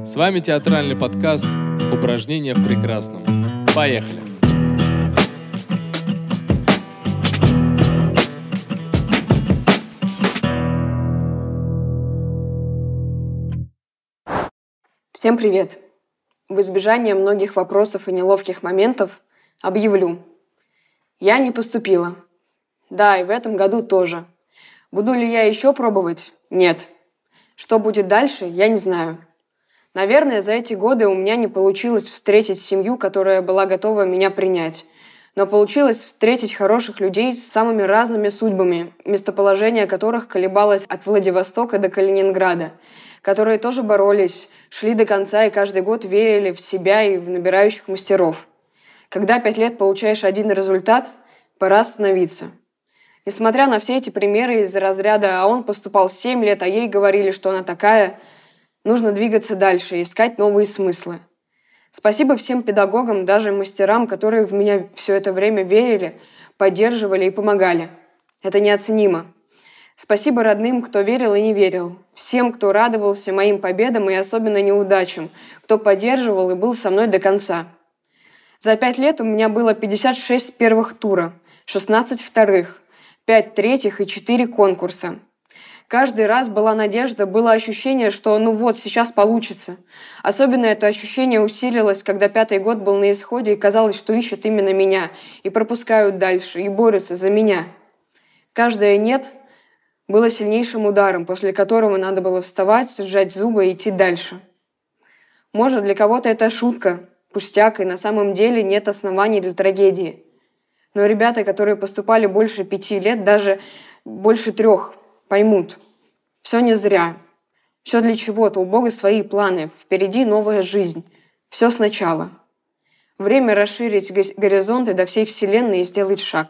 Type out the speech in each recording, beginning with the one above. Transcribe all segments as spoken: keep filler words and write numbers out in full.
С вами театральный подкаст «Упражнения в прекрасном». Поехали! Всем привет! В избежание многих вопросов и неловких моментов объявлю. Я не поступила. Да, и в этом году тоже. Буду ли я еще пробовать? Нет. Что будет дальше, я не знаю. Наверное, за эти годы у меня не получилось встретить семью, которая была готова меня принять. Но получилось встретить хороших людей с самыми разными судьбами, местоположение которых колебалось от Владивостока до Калининграда, которые тоже боролись, шли до конца и каждый год верили в себя и в набирающих мастеров. Когда пять лет получаешь один результат, пора остановиться. Несмотря на все эти примеры из разряда «а он поступал семь лет, а ей говорили, что она такая», нужно двигаться дальше и искать новые смыслы. Спасибо всем педагогам, даже мастерам, которые в меня все это время верили, поддерживали и помогали. Это неоценимо. Спасибо родным, кто верил и не верил. Всем, кто радовался моим победам и особенно неудачам, кто поддерживал и был со мной до конца. За пять лет у меня было пятьдесят шесть первых тура, шестнадцать вторых, пять третьих и четыре конкурса. Каждый раз была надежда, было ощущение, что ну вот, сейчас получится. Особенно это ощущение усилилось, когда пятый год был на исходе, и казалось, что ищут именно меня, и пропускают дальше, и борются за меня. Каждое «нет» было сильнейшим ударом, после которого надо было вставать, сжать зубы и идти дальше. Может, для кого-то это шутка, пустяк, и на самом деле нет оснований для трагедии. Но ребята, которые поступали больше пяти лет, даже больше трех, поймут. Все не зря. Все для чего-то. У Бога свои планы. Впереди новая жизнь. Все сначала. Время расширить горизонты до всей Вселенной и сделать шаг.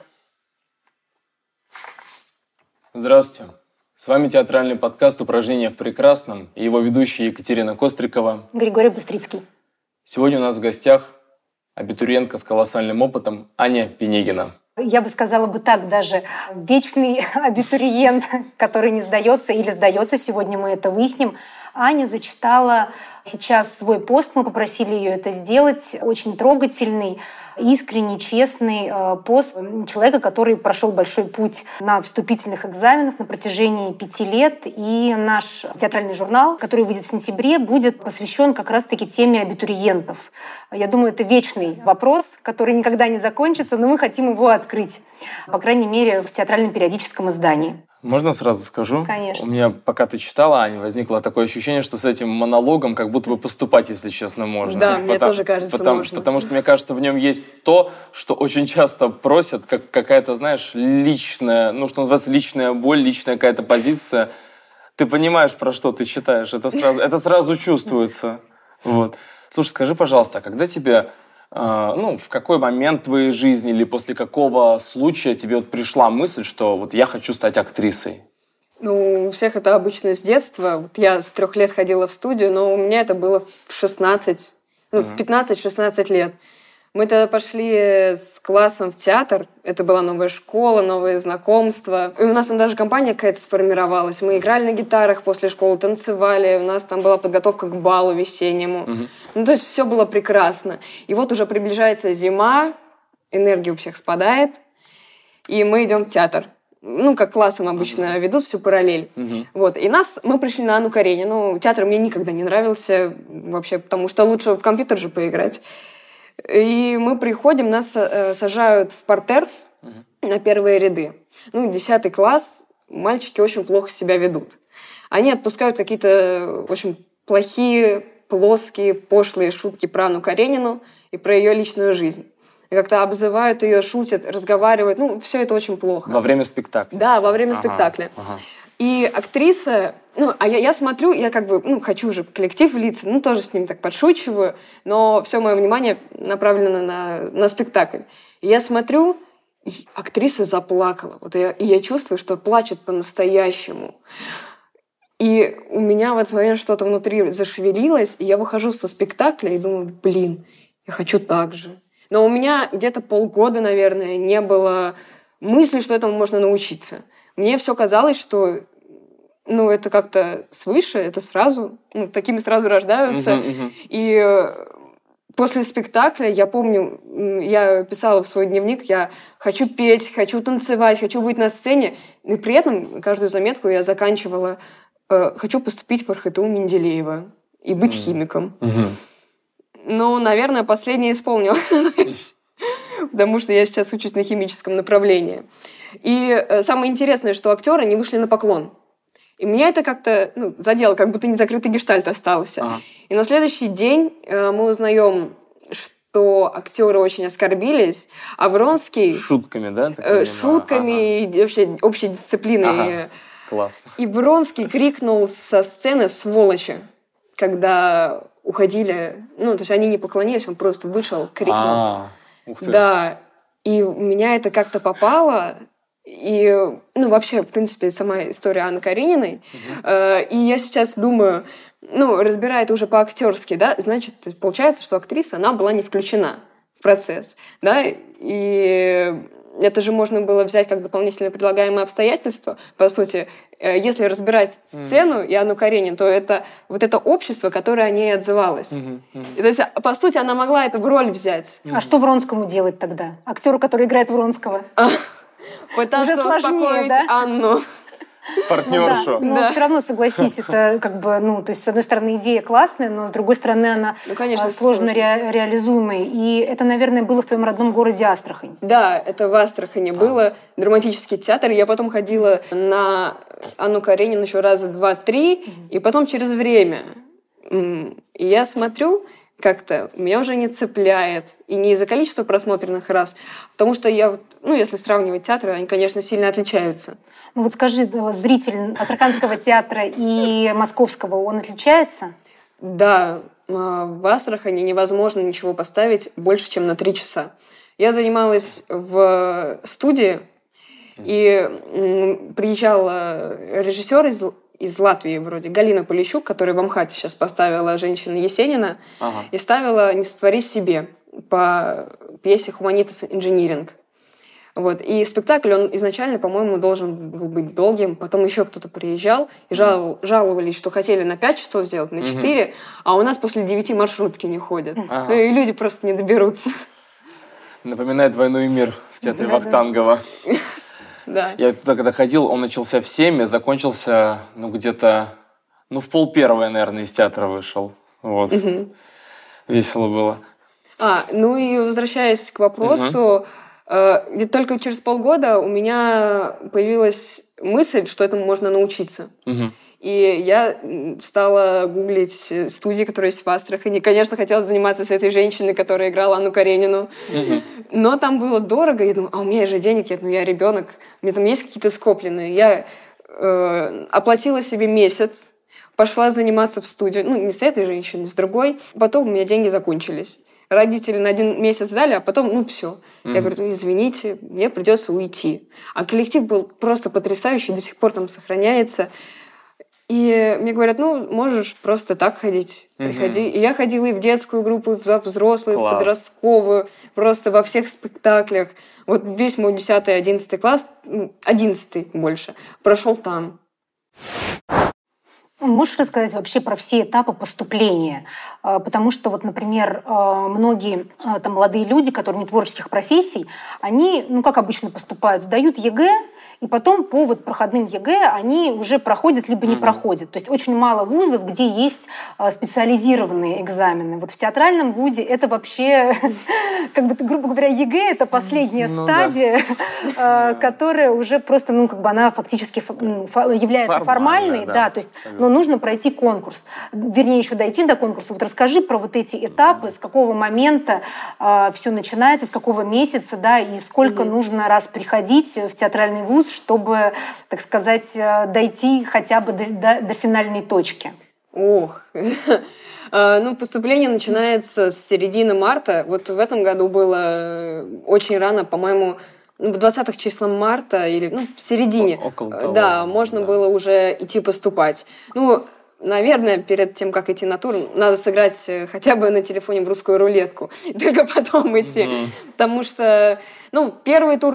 Здравствуйте. С вами театральный подкаст «Упражнения в прекрасном» и его ведущая Екатерина Кострикова. Григорий Быстрицкий. Сегодня у нас в гостях абитуриентка с колоссальным опытом Аня Пенегина. Я бы сказала бы так, даже вечный абитуриент, который не сдается или сдается, сегодня мы это выясним. Аня зачитала сейчас свой пост, мы попросили ее это сделать, очень трогательный, искренний, честный пост человека, который прошел большой путь на вступительных экзаменах на протяжении пяти лет. И наш театральный журнал, который выйдет в сентябре, будет посвящен как раз-таки теме абитуриентов. Я думаю, это вечный вопрос, который никогда не закончится, но мы хотим его открыть, по крайней мере, в театральном периодическом издании. Можно сразу скажу? Конечно. У меня, пока ты читала, Аня, возникло такое ощущение, что с этим монологом как будто бы поступать, если честно, можно. Да, мне тоже кажется, потому, можно. Потому что, мне кажется, в нем есть то, что очень часто просят, как какая-то, знаешь, личная, ну, что называется, личная боль, личная какая-то позиция. Ты понимаешь, про что ты читаешь, это сразу, это сразу чувствуется. Вот. Слушай, скажи, пожалуйста, а когда тебе... ну, в какой момент твоей жизни или после какого случая тебе вот пришла мысль, что вот я хочу стать актрисой? Ну, у всех это обычно с детства. Вот я с трех лет ходила в студию, но у меня это было в шестнадцать, ну, mm-hmm. в пятнадцать-шестнадцать лет. Мы тогда пошли с классом в театр. Это была новая школа, новые знакомства. И у нас там даже компания какая-то сформировалась. Мы играли на гитарах после школы, танцевали. У нас там была подготовка к балу весеннему. Mm-hmm. Ну, то есть все было прекрасно. И вот уже приближается зима, энергия у всех спадает, и мы идем в театр. Ну, как классом обычно mm-hmm. ведут всю параллель. Mm-hmm. Вот. И нас, мы пришли на Анну Каренину. Театр мне никогда не нравился вообще, потому что лучше в компьютер же поиграть. И мы приходим, нас сажают в партер uh-huh. на первые ряды. Ну, десятый класс, мальчики очень плохо себя ведут. Они отпускают какие-то очень плохие, плоские, пошлые шутки про Анну Каренину и про ее личную жизнь. И как-то обзывают ее, шутят, разговаривают. Ну, все это очень плохо. Во время спектакля? Да, во время ага, спектакля. Ага. И актриса, ну, а я, я смотрю, я как бы, ну, хочу уже в коллектив влиться, ну, тоже с ним так подшучиваю, но все мое внимание направлено на, на спектакль. И я смотрю, и актриса заплакала. Вот я, и я чувствую, что плачет по-настоящему. И у меня в этот момент что-то внутри зашевелилось, и я выхожу со спектакля и думаю, блин, я хочу так же. Но у меня где-то полгода, наверное, не было мысли, что этому можно научиться. Мне все казалось, что ну, это как-то свыше, это сразу, ну, такими сразу рождаются. Мгм, мгм. И после спектакля, я помню, я писала в свой дневник, я хочу петь, хочу танцевать, хочу быть на сцене. И при этом каждую заметку я заканчивала э, «хочу поступить в эр ха тэ у Менделеева и быть Мгм. химиком». Мгм. Ну, наверное, последнее исполнилось, потому что я сейчас учусь на химическом направлении. И э, самое интересное, что актеры не вышли на поклон. И меня это как-то ну, задело, как будто незакрытый гештальт остался. Ага. И на следующий день э, мы узнаем, что актеры очень оскорбились, а Вронский Шутками, да? так э, понимаю? шутками и вообще общей дисциплиной. Ага. Класс. И Вронский крикнул со сцены «сволочи», когда уходили. Ну, то есть они не поклонились, он просто вышел, крикнул. А, ух ты. Да, и у меня это как-то попало. И, ну, вообще, в принципе, сама история Анны Карениной. Э, и я сейчас думаю, ну, разбирая это уже по-актерски, да, значит, получается, что актриса, она была не включена в процесс, да, и это же можно было взять как дополнительно предлагаемое обстоятельство. По сути, э, если разбирать сцену и Анну Каренину, то это вот это общество, которое о ней отзывалось. Мгм, мгм. И, то есть, по сути, она могла это в роль взять. А что Вронскому делать тогда? Актеру, который играет Вронского? Пытаться Уже сложнее, успокоить да? Анну. Партнершу. Но Да. все равно, согласись, это как бы, ну, то есть, с одной стороны, идея классная, но с другой стороны, она Ну, конечно, а, сложно сложно. ре- реализуемая. И это, наверное, было в твоем родном городе Астрахань. Да, это в Астрахани было, драматический театр. Я потом ходила на Анну Каренину еще раза два-три, и потом через время. М, И я смотрю, как-то меня уже не цепляет. И не из-за количества просмотренных раз, потому что я, вот, ну, если сравнивать театры, они, конечно, сильно отличаются. Ну вот скажи, да, зритель Астраханского театра и Московского, он отличается? Да, а, в Астрахани невозможно ничего поставить больше, чем на три часа. Я занималась в студии, и м, приезжал э, режиссер из, из Латвии вроде, Галина Полищук, которая в Амхате сейчас поставила «Женщина Есенина», Ага. и ставила «Не сотвори себе» по пьесе «Humanitas Engineering». Вот. И спектакль, он изначально, по-моему, должен был быть долгим. Потом еще кто-то приезжал и жал- жаловались, что хотели на пять часов сделать, на четыре, а у нас после девяти маршрутки не ходят. Ага. Ну и люди просто не доберутся. Напоминает «Войну и мир» в театре Да-да. Вахтангова. Да. Я туда когда ходил, он начался в семь, закончился, ну, где-то, ну, в пол первого, наверное, из театра вышел. Вот. Весело было. А, ну и возвращаясь к вопросу, э, где-то только через полгода у меня появилась мысль, что этому можно научиться. Мгм. И я м, стала гуглить э, студии, которые есть в Астрахани. Конечно, хотела заниматься с этой женщиной, которая играла Анну Каренину. Мгм. Но там было дорого. Я думаю, а у меня же денег нет, ну я ребенок. У меня там есть какие-то скопленные. Я э, оплатила себе месяц, пошла заниматься в студию. Ну, не с этой женщиной, с другой. Потом у меня деньги закончились. Родители на один месяц дали, а потом, ну, все. Я говорю, ну, извините, мне придется уйти. А коллектив был просто потрясающий, до сих пор там сохраняется. И мне говорят, ну, можешь просто так ходить, приходи. И я ходила и в детскую группу, и в взрослую, и в Класс. подростковую, просто во всех спектаклях. Вот весь мой десятый, одиннадцатый класс, ну, одиннадцатый больше, прошел там. Можешь рассказать вообще про все этапы поступления? А, Потому что, вот, например, а, многие а, там, молодые люди, которые не творческих профессий, они, ну, как обычно поступают, сдают ЕГЭ, и потом по вот проходным ЕГЭ они уже проходят либо не Мгм. проходят. То есть очень мало вузов, где есть а, специализированные экзамены. Вот в театральном вузе это вообще, как бы, грубо говоря, ЕГЭ — это последняя Ну да. стадия, а, которая уже просто, ну, как бы она фактически фа- ну, фа- является Формальная, формальной, да, да, то есть, абсолютно. но нужно пройти конкурс. Вернее, еще дойти до конкурса. Вот расскажи про вот эти этапы, с какого момента все начинается, с какого месяца, да, и сколько нужно раз приходить в театральный вуз, чтобы, так сказать, э, дойти хотя бы до, до- до финальной точки. Ох. А, Ну, поступление начинается с середины марта. Вот в этом году было э, очень рано, по-моему, ну, в двадцатых числах марта или ну, в середине. О- около Э, того, Да, можно да. было уже идти поступать. Ну, наверное, перед тем, как идти на тур, надо сыграть э, хотя бы на телефоне в русскую рулетку. Только потом идти. Мгм. Потому что, ну, первый тур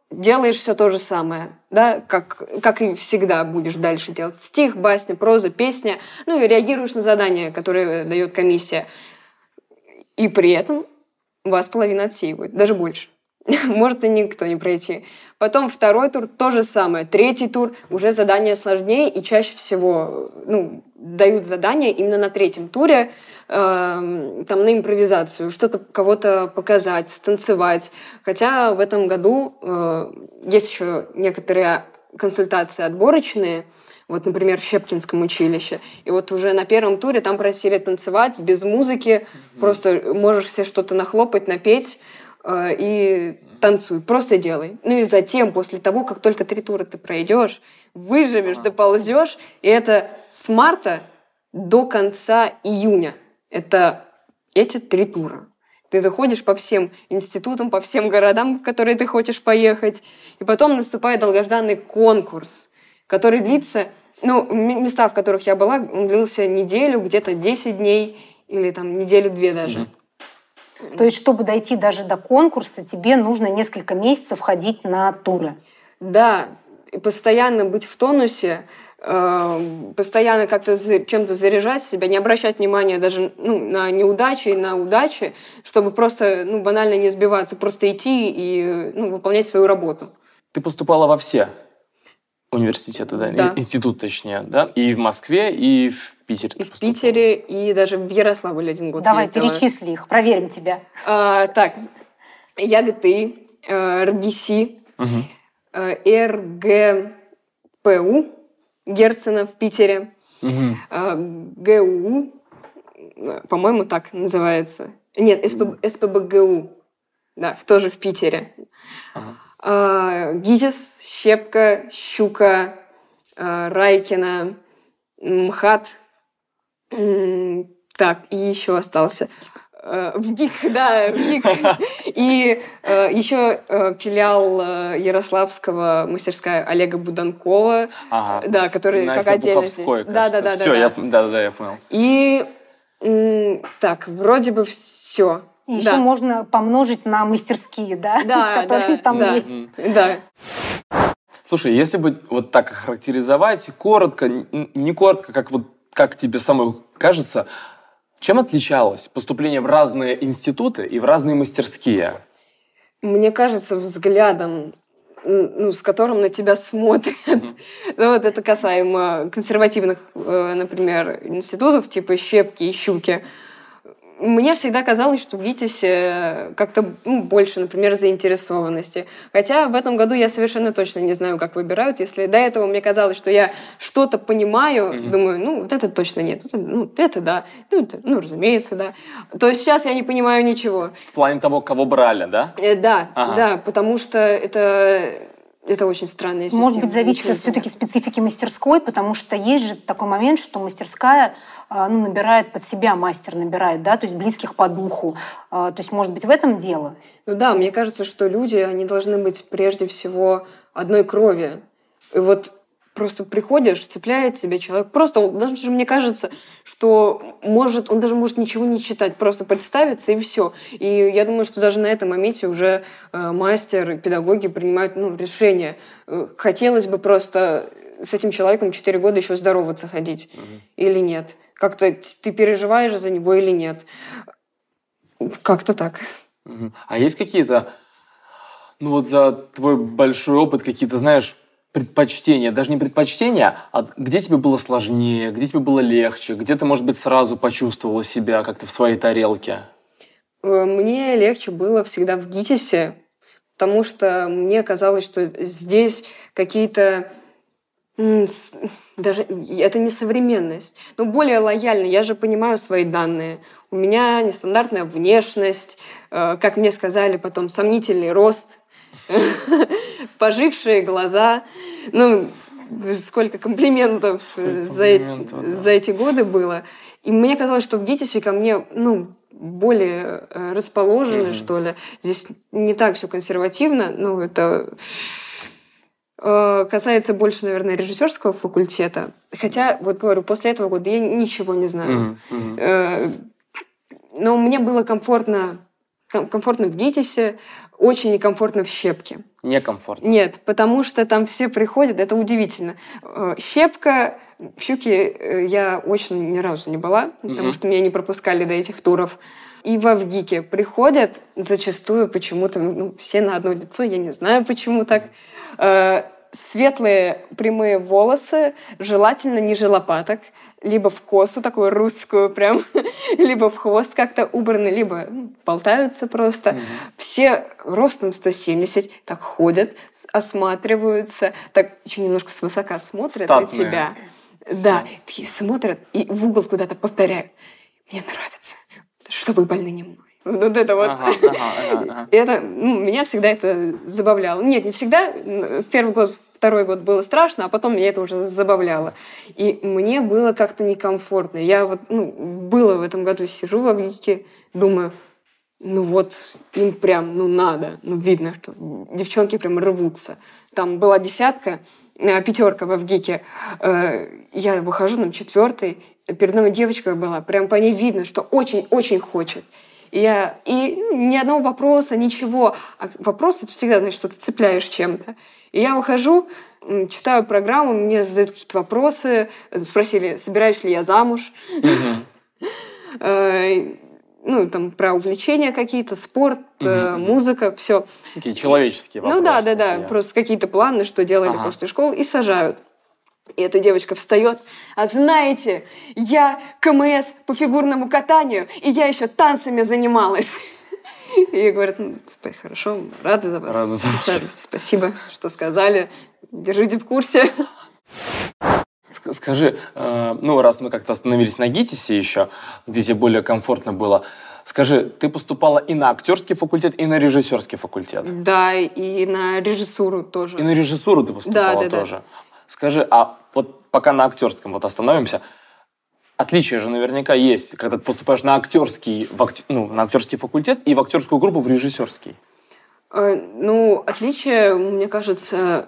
делаешь все то же самое, да, как, как и всегда будешь дальше делать. Стих, басня, проза, песня, ну и реагируешь на задания, которые дает комиссия. И при этом вас половина отсеивает, даже больше. Может и никто не пройти. Потом второй тур то же самое. Третий тур уже задания сложнее, и чаще всего ну, дают задания именно на третьем туре, э, там на импровизацию, что-то кого-то показать, станцевать. Хотя в этом году э, есть еще некоторые консультации отборочные, вот, например, в Щепкинском училище. И вот уже на первом туре там просили танцевать без музыки, mm-hmm. просто можешь себе что-то нахлопать, напеть, и танцуй, просто делай. Ну и затем, после того, как только три тура ты пройдешь, выживешь, ты ползешь, и это с марта до конца июня. Это эти три тура. Ты доходишь по всем институтам, по всем городам, в которые ты хочешь поехать, и потом наступает долгожданный конкурс, который длится, ну, места, в которых я была, он длился неделю, где-то десять дней, или там неделю-две даже. Mm-hmm. То есть, чтобы дойти даже до конкурса, тебе нужно несколько месяцев ходить на туры. Да, и постоянно быть в тонусе, э, постоянно как-то чем-то заряжать себя, не обращать внимания даже ну, на неудачи и на удачи, чтобы просто ну, банально не сбиваться, просто идти и ну, выполнять свою работу. Ты поступала во все университеты, да? Да. Институт, точнее, да? И в Москве, и в Питере. И в Питере, и даже в Ярославле один год Давай, ездила. перечисли их, проверим тебя. А, так, ЯГТИ, РГСИ, угу. РГПУ, Герцена в Питере, угу. ГУ, по-моему, так называется. Нет, СП, СПБГУ, да, тоже в Питере. Ага. ГИТИС, Щепка, Щука, Райкина, МХАТ. Так, и еще остался. В ГИК, да, в ГИК. И еще филиал Ярославского мастерская Олега Буданкова, ага. да, который как отдельно здесь. Да, да, да, все, да. Я, да, да, я понял. И так, вроде бы все. И еще да. можно помножить на мастерские, да, да которые да, там да, есть. Да. Слушай, если бы вот так охарактеризовать, коротко, не коротко, как вот как тебе самой кажется, чем отличалось поступление в разные институты и в разные мастерские? Мне кажется, взглядом, ну, с которым на тебя смотрят. Mm-hmm. Ну, вот это касаемо консервативных, например, институтов, типа Щепки и Щуки. Мне всегда казалось, что в ГИТИСе как-то ну, больше, например, заинтересованности. Хотя в этом году я совершенно точно не знаю, как выбирают. Если до этого мне казалось, что я что-то понимаю, mm-hmm. думаю, ну, вот это точно нет. Это, ну, это да. Ну, это, ну, разумеется, да. То сейчас я не понимаю ничего. В плане того, кого брали, да? Э, да, ага. да, потому что это... Это очень странная система. Может быть, зависит от все-таки специфики мастерской, потому что есть же такой момент, что мастерская ну, набирает под себя, мастер набирает, да, то есть близких по духу. То есть, может быть, в этом дело? Ну да, мне кажется, что люди, они должны быть прежде всего одной крови. И вот просто приходишь, цепляет себя человек. Просто, он, даже мне кажется, что может, он даже может ничего не читать, просто представиться и все. И я думаю, что даже на этом моменте уже э, мастер, педагоги принимают ну, решение. Хотелось бы просто с этим человеком четыре года еще здороваться ходить mm-hmm. или нет. Как-то ты переживаешь за него или нет. Как-то так. Mm-hmm. А есть какие-то, ну вот за твой большой опыт, какие-то, знаешь, предпочтения, даже не предпочтения, а где тебе было сложнее, где тебе было легче, где ты, может быть, сразу почувствовала себя как-то в своей тарелке? Мне легче было всегда в ГИТИСе, потому что мне казалось, что здесь какие-то... Даже это не современность, но более лояльно. Я же понимаю свои данные. У меня нестандартная внешность, как мне сказали потом, сомнительный рост, пожившие глаза. Ну, сколько комплиментов, сколько за, комплиментов эти, да. за эти годы было. И мне казалось, что в ГИТИСе ко мне ну, более расположены, mm-hmm. что ли. Здесь не так все консервативно. Ну, это э, касается больше, наверное, режиссерского факультета. Хотя, вот говорю, после этого года я ничего не знаю. Mm-hmm. Э, но мне было комфортно комфортно в ГИТИСе, очень некомфортно в Щепке. Некомфортно? Нет, потому что там все приходят, это удивительно. Щепка, в Щуке я очно ни разу не была, потому угу. что меня не пропускали до этих туров. И во ВГИКе приходят зачастую почему-то, ну, все на одно лицо, я не знаю, почему так. Э, светлые прямые волосы, желательно ниже лопаток, либо в косу такую русскую прям, либо в хвост как-то убраны, либо ну, болтаются просто. Mm-hmm. Все ростом сто семьдесят так ходят, осматриваются, так еще немножко свысока смотрят Статные. на тебя. Да, такие смотрят и в угол куда-то повторяют. Мне нравится, что вы больны не мной. Вот это вот. Ага, ага, ага. Это, ну, меня всегда это забавляло. Нет, не всегда. В первый год, второй год было страшно, а потом меня это уже забавляло. И мне было как-то некомфортно. Я вот, ну, было в этом году сижу в ВГИКе, думаю, ну вот, им прям, ну надо. Ну видно, что девчонки прям рвутся. Там была десятка, пятерка в ВГИКе. Я выхожу, там четвертый. Перед мной девочка была. Прям по ней видно, что очень-очень хочет. И, я, и ни одного вопроса, ничего. А вопрос — это всегда, значит, что ты цепляешь чем-то. И я выхожу, читаю программу, мне задают какие-то вопросы, спросили, собираюсь ли я замуж. Ну, там, про увлечения какие-то, спорт, музыка, все. Такие человеческие вопросы. Ну да, да, да, просто какие-то планы, что делали после школы, и сажают. И эта девочка встает, а знаете, я КМС по фигурному катанию, и я еще танцами занималась. И говорят, ну, хорошо, рада за вас. Рада за вас. Спасибо, что сказали. Держите в курсе. Скажи, ну, раз мы как-то остановились на ГИТИСе еще, где тебе более комфортно было, скажи, ты поступала и на актерский факультет, и на режиссерский факультет? Да, и на режиссуру тоже. И на режиссуру ты поступала да, да, тоже? Да. Скажи, а вот пока на актерском вот остановимся, отличие же наверняка есть, когда ты поступаешь на актерский, в актер, ну, на актерский факультет и в актерскую группу в режиссерский. Э, ну, отличие, мне кажется,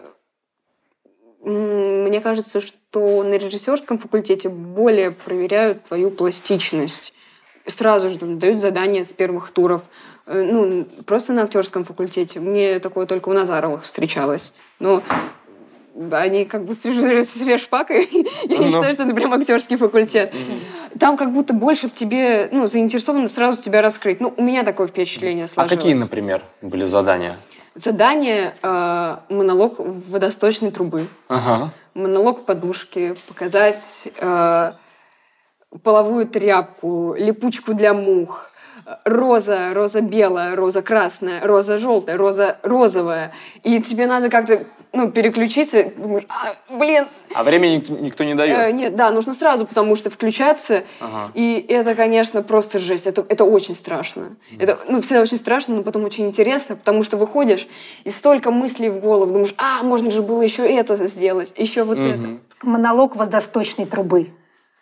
мне кажется, что на режиссерском факультете более проверяют твою пластичность. Сразу же там, дают задания с первых туров. Э, ну, просто на актерском факультете. Мне такое только у Назаровых встречалось. Но они как бы срежь пакой. Я не считаю, что это прям актерский факультет. Там как будто больше в тебе, ну, заинтересованы сразу тебя раскрыть. Ну, у меня такое впечатление сложилось. А какие, например, были задания? Задание э, монолог водосточной трубы. Ага. Монолог подушки. Показать э, половую тряпку, липучку для мух. Роза, роза белая, роза красная, роза желтая, роза розовая. И тебе надо как-то ну, переключиться. Думаешь, а, блин. А времени никто, никто не дает? Э, нет, да, нужно сразу, потому что включаться. Ага. И это, конечно, просто жесть. Это, это очень страшно. Mm. Это, ну, всегда очень страшно, но потом очень интересно, потому что выходишь, и столько мыслей в голову. Думаешь, а, можно же было еще это сделать, еще вот mm-hmm. это. Монолог водосточной трубы.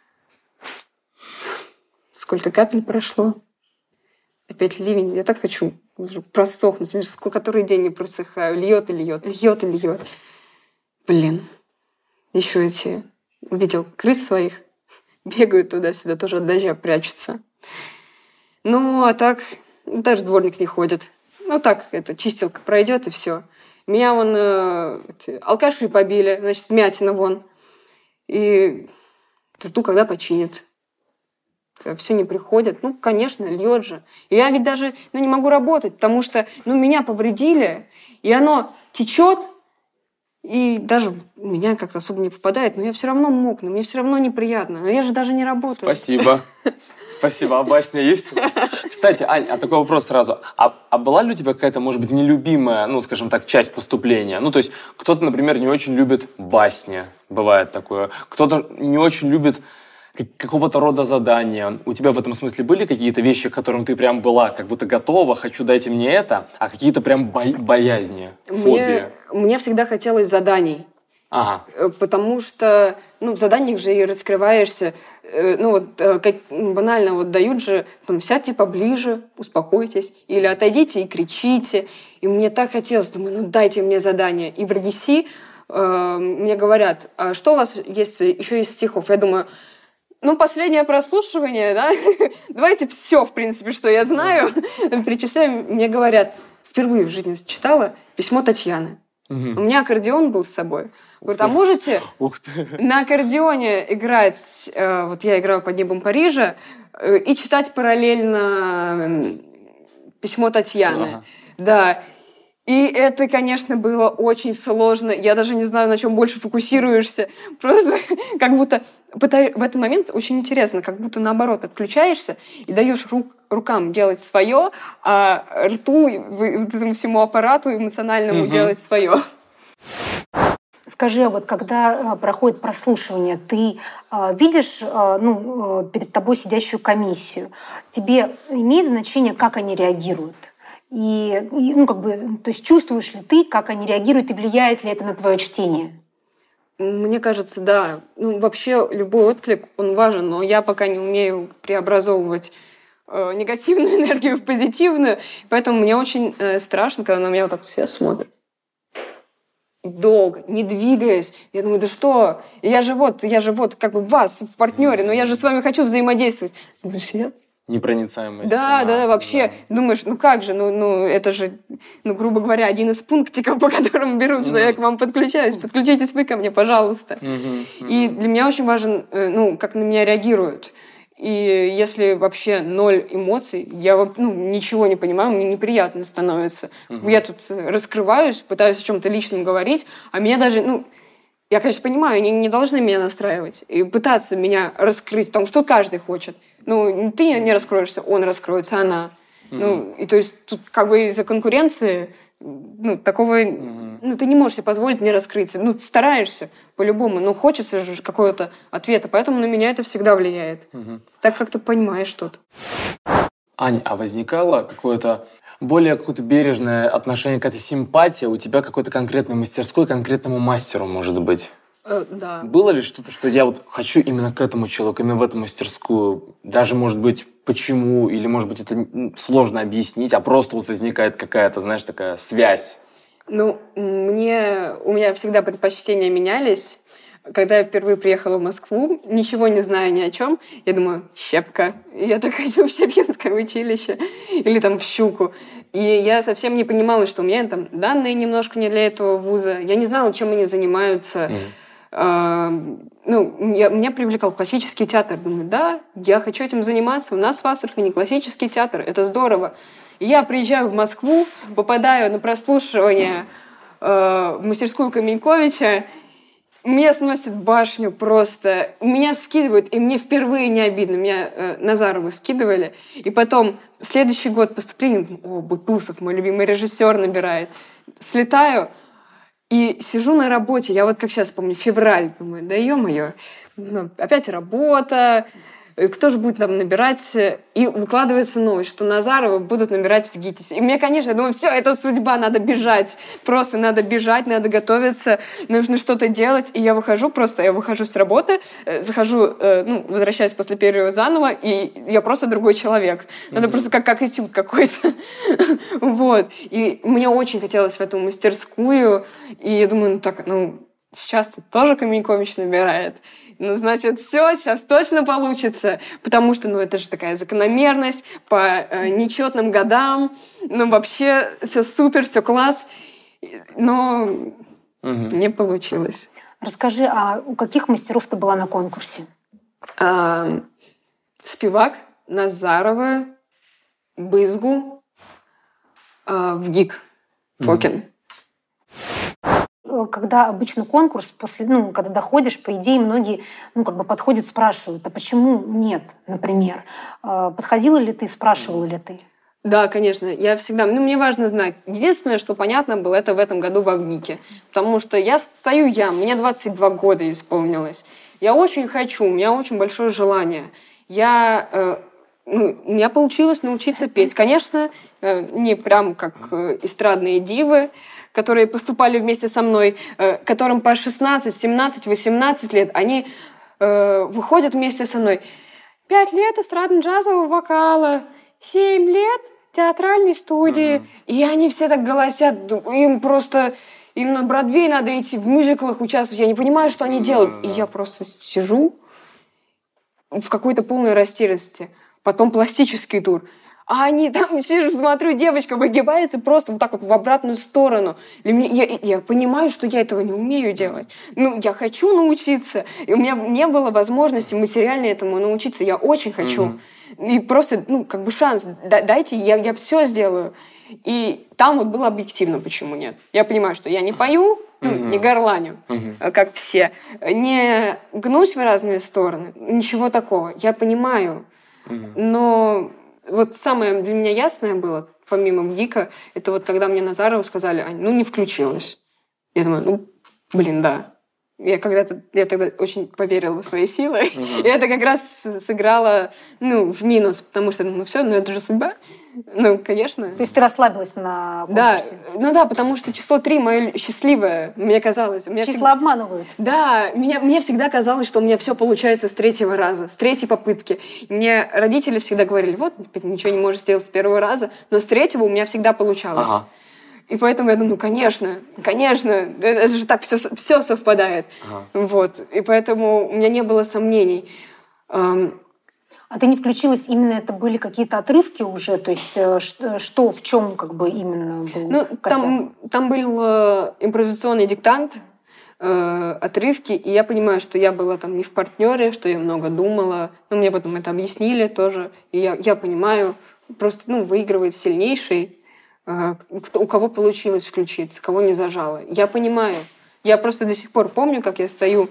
Сколько капель прошло? Опять ливень. Я так хочу уже просохнуть. Который день не просыхаю. Льет и льет. Льет и льет. Блин. Еще эти... Увидел крыс своих. Бегают туда-сюда. Тоже от дождя прячутся. Ну, а так... Даже дворник не ходит. Ну, так, это чистилка пройдет и все. Меня вон... Э, алкаши побили. Значит, вмятина вон. И жду, когда починят. Все не приходит. Ну, конечно, льет же. И я ведь даже ну, не могу работать, потому что ну, меня повредили, и оно течет, и даже в меня как-то особо не попадает, но я все равно мокну, мне все равно неприятно. Но я же даже не работаю. Спасибо. Спасибо. А басня есть? Кстати, Ань, а такой вопрос сразу. А, а была ли у тебя какая-то, может быть, нелюбимая, ну, скажем так, часть поступления? Ну, то есть кто-то, например, не очень любит басни. Бывает такое. Кто-то не очень любит какого-то рода задания. У тебя в этом смысле были какие-то вещи, к которым ты прям была как будто готова, хочу, дайте мне это, а какие-то прям бо- боязни, фобии? Мне, мне всегда хотелось заданий. Ага. Потому что ну, в заданиях же и раскрываешься. Ну вот как банально вот дают же, там, сядьте поближе, успокойтесь, или отойдите и кричите. И мне так хотелось, думаю, ну дайте мне задание. И в РГСИ э, мне говорят, а что у вас есть еще из стихов? Я думаю, Ну, последнее прослушивание, да, давайте все, в принципе, что я знаю, перечисляем. Мне говорят, впервые в жизни читала «Письмо Татьяны». У меня аккордеон был с собой. Говорят, а можете на аккордеоне играть, э, вот я играю «Под небом Парижа», э, и читать параллельно «Письмо Татьяны». Ага. Да. И это, конечно, было очень сложно. Я даже не знаю, на чем больше фокусируешься. Просто как будто пытаюсь... в этот момент очень интересно, как будто наоборот отключаешься и даешь рук, рукам делать свое, а рту, вот этому всему аппарату эмоциональному угу. делать свое. Скажи, а вот когда проходит прослушивание, ты э, видишь э, ну, э, перед тобой сидящую комиссию, тебе имеет значение, как они реагируют? И, и ну, как бы, то есть чувствуешь ли ты, как они реагируют, и влияет ли это на твое чтение? Мне кажется, да. Ну, вообще любой отклик, он важен, но я пока не умею преобразовывать э, негативную энергию в позитивную, поэтому мне очень э, страшно, когда на меня вот так все смотрят. Долго, не двигаясь. Я думаю, да что? Я же вот, я же вот как бы в вас, в партнере, но я же с вами хочу взаимодействовать. Думаю, сидят. Непроницаемость. Да, да, да, вообще. Да. Думаешь, ну как же, ну, ну это же, ну, грубо говоря, один из пунктиков, по которым берут, mm-hmm. что я к вам подключаюсь. Подключитесь вы ко мне, пожалуйста. Mm-hmm. Mm-hmm. И для меня очень важен, ну, как на меня реагируют. И если вообще ноль эмоций, я ну, ничего не понимаю, мне неприятно становится. Uh-huh. Я тут раскрываюсь, пытаюсь о чем-то личном говорить, а меня даже, ну, я, конечно, понимаю, они не должны меня настраивать и пытаться меня раскрыть, потому что каждый хочет. Ну, ты не раскроешься, он раскроется, она. Uh-huh. Ну, и то есть тут как бы из-за конкуренции, ну, такого... Uh-huh. Ну, ты не можешь себе позволить не раскрыться. Ну, ты стараешься по-любому, но хочется же какого-то ответа. Поэтому на меня это всегда влияет. Угу. Так как ты понимаешь что-то. Ань, а возникало какое-то более какое-то бережное отношение, какая-то симпатия у тебя какой-то конкретной мастерской, конкретному мастеру, может быть? Э, да. Было ли что-то, что я вот хочу именно к этому человеку, именно в эту мастерскую? Даже, может быть, почему? Или, может быть, это сложно объяснить, а просто вот возникает какая-то, знаешь, такая связь? Ну, мне, у меня всегда предпочтения менялись. Когда я впервые приехала в Москву, ничего не зная ни о чем, я думаю, Щепка. Я так хочу в Щепкинское училище. Или там в Щуку. И я совсем не понимала, что у меня там данные немножко не для этого вуза. Я не знала, чем они занимаются. Mm. А, ну, я, меня привлекал классический театр. Думаю, да, я хочу этим заниматься. У нас в Астрахани классический театр. Это здорово. И я приезжаю в Москву, попадаю на прослушивание э, в мастерскую Каменьковича, меня сносит башню просто, меня скидывают, и мне впервые не обидно, меня э, Назарову скидывали, и потом следующий год поступления, о, Бутусов, мой любимый режиссер, набирает, слетаю и сижу на работе, я вот как сейчас помню, февраль, думаю, да ё-моё, ну, опять работа, кто же будет там набирать? И выкладывается новость, что Назарова будут набирать в ГИТИСе. И мне, конечно, я думаю, все, это судьба, надо бежать. Просто надо бежать, надо готовиться, нужно что-то делать. И я выхожу просто, я выхожу с работы, захожу, ну, возвращаюсь после перерыва заново, и я просто другой человек. Надо mm-hmm. просто как, как этюд какой-то. Вот. И мне очень хотелось в эту мастерскую. И я думаю, ну так, ну, сейчас-то тоже Каменькович набирает. Ну, значит, все, сейчас точно получится, потому что, ну, это же такая закономерность по э, нечетным годам, ну, вообще все супер, все класс, но угу. не получилось. Расскажи, а у каких мастеров ты была на конкурсе? А, Спивак, Назарова, Бызгу, а, ВГИК, Фокин. Угу. Когда обычно конкурс, после, ну, когда доходишь, по идее, многие ну, как бы подходят, спрашивают, а почему нет, например? Подходила ли ты, спрашивала ли ты? Да, конечно, я всегда... Ну, мне важно знать. Единственное, что понятно было, это в этом году в ВГИКе. Потому что я стою я, мне двадцать два года исполнилось. Я очень хочу, у меня очень большое желание. Я... Э, ну, у меня получилось научиться петь. Конечно, э, не прям как э, эстрадные дивы, которые поступали вместе со мной, э, которым по шестнадцать, семнадцать, восемнадцать лет, они э, выходят вместе со мной. Пять лет эстрадно-джазового вокала, семь лет театральной студии. Uh-huh. И они все так голосят, им просто... Им на Бродвей надо идти, в мюзиклах участвовать. Я не понимаю, что они uh-huh. делают. И я просто сижу в какой-то полной растерянности. Потом пластический тур. А они там, сижу, смотрю, девочка выгибается просто вот так вот в обратную сторону. Для меня, я, я понимаю, что я этого не умею делать. Ну, я хочу научиться. И у меня не было возможности материально этому научиться. Я очень хочу. Mm-hmm. И просто, ну, как бы шанс. Дайте, я, я все сделаю. И там вот было объективно, почему нет. Я понимаю, что я не пою, ну, mm-hmm. не горланю, mm-hmm. как все. Не гнусь в разные стороны. Ничего такого. Я понимаю. Mm-hmm. Но... Вот самое для меня ясное было, помимо МГИКа, это вот когда мне Назарову сказали: Ань, ну не включилась. Я думаю, ну, блин, да. Я когда-то, я тогда очень поверила в свои силы. Uh-huh. И это как раз сыграло, ну, в минус, потому что, ну, все, ну, это же судьба. Ну, конечно. То есть ты расслабилась на конкурсе? Да, ну да, потому что число три мое счастливое, мне казалось. У меня Числа всегда... обманывают. Да, меня, мне всегда казалось, что у меня все получается с третьего раза, с третьей попытки. И мне родители всегда говорили: вот, ничего не можешь сделать с первого раза, но с третьего у меня всегда получалось. Ага. И поэтому я думаю, ну, конечно, конечно, это же так все, все совпадает. Ага. Вот. И поэтому у меня не было сомнений. А ты не включилась, именно это были какие-то отрывки уже? То есть что, в чем как бы именно был ну, там, там был э, импровизационный диктант, э, отрывки, и я понимаю, что я была там не в партнере, что я много думала. Ну, мне потом это объяснили тоже. И я, я понимаю, просто, ну, выигрывает сильнейший, э, кто, у кого получилось включиться, кого не зажало. Я понимаю. Я просто до сих пор помню, как я стою.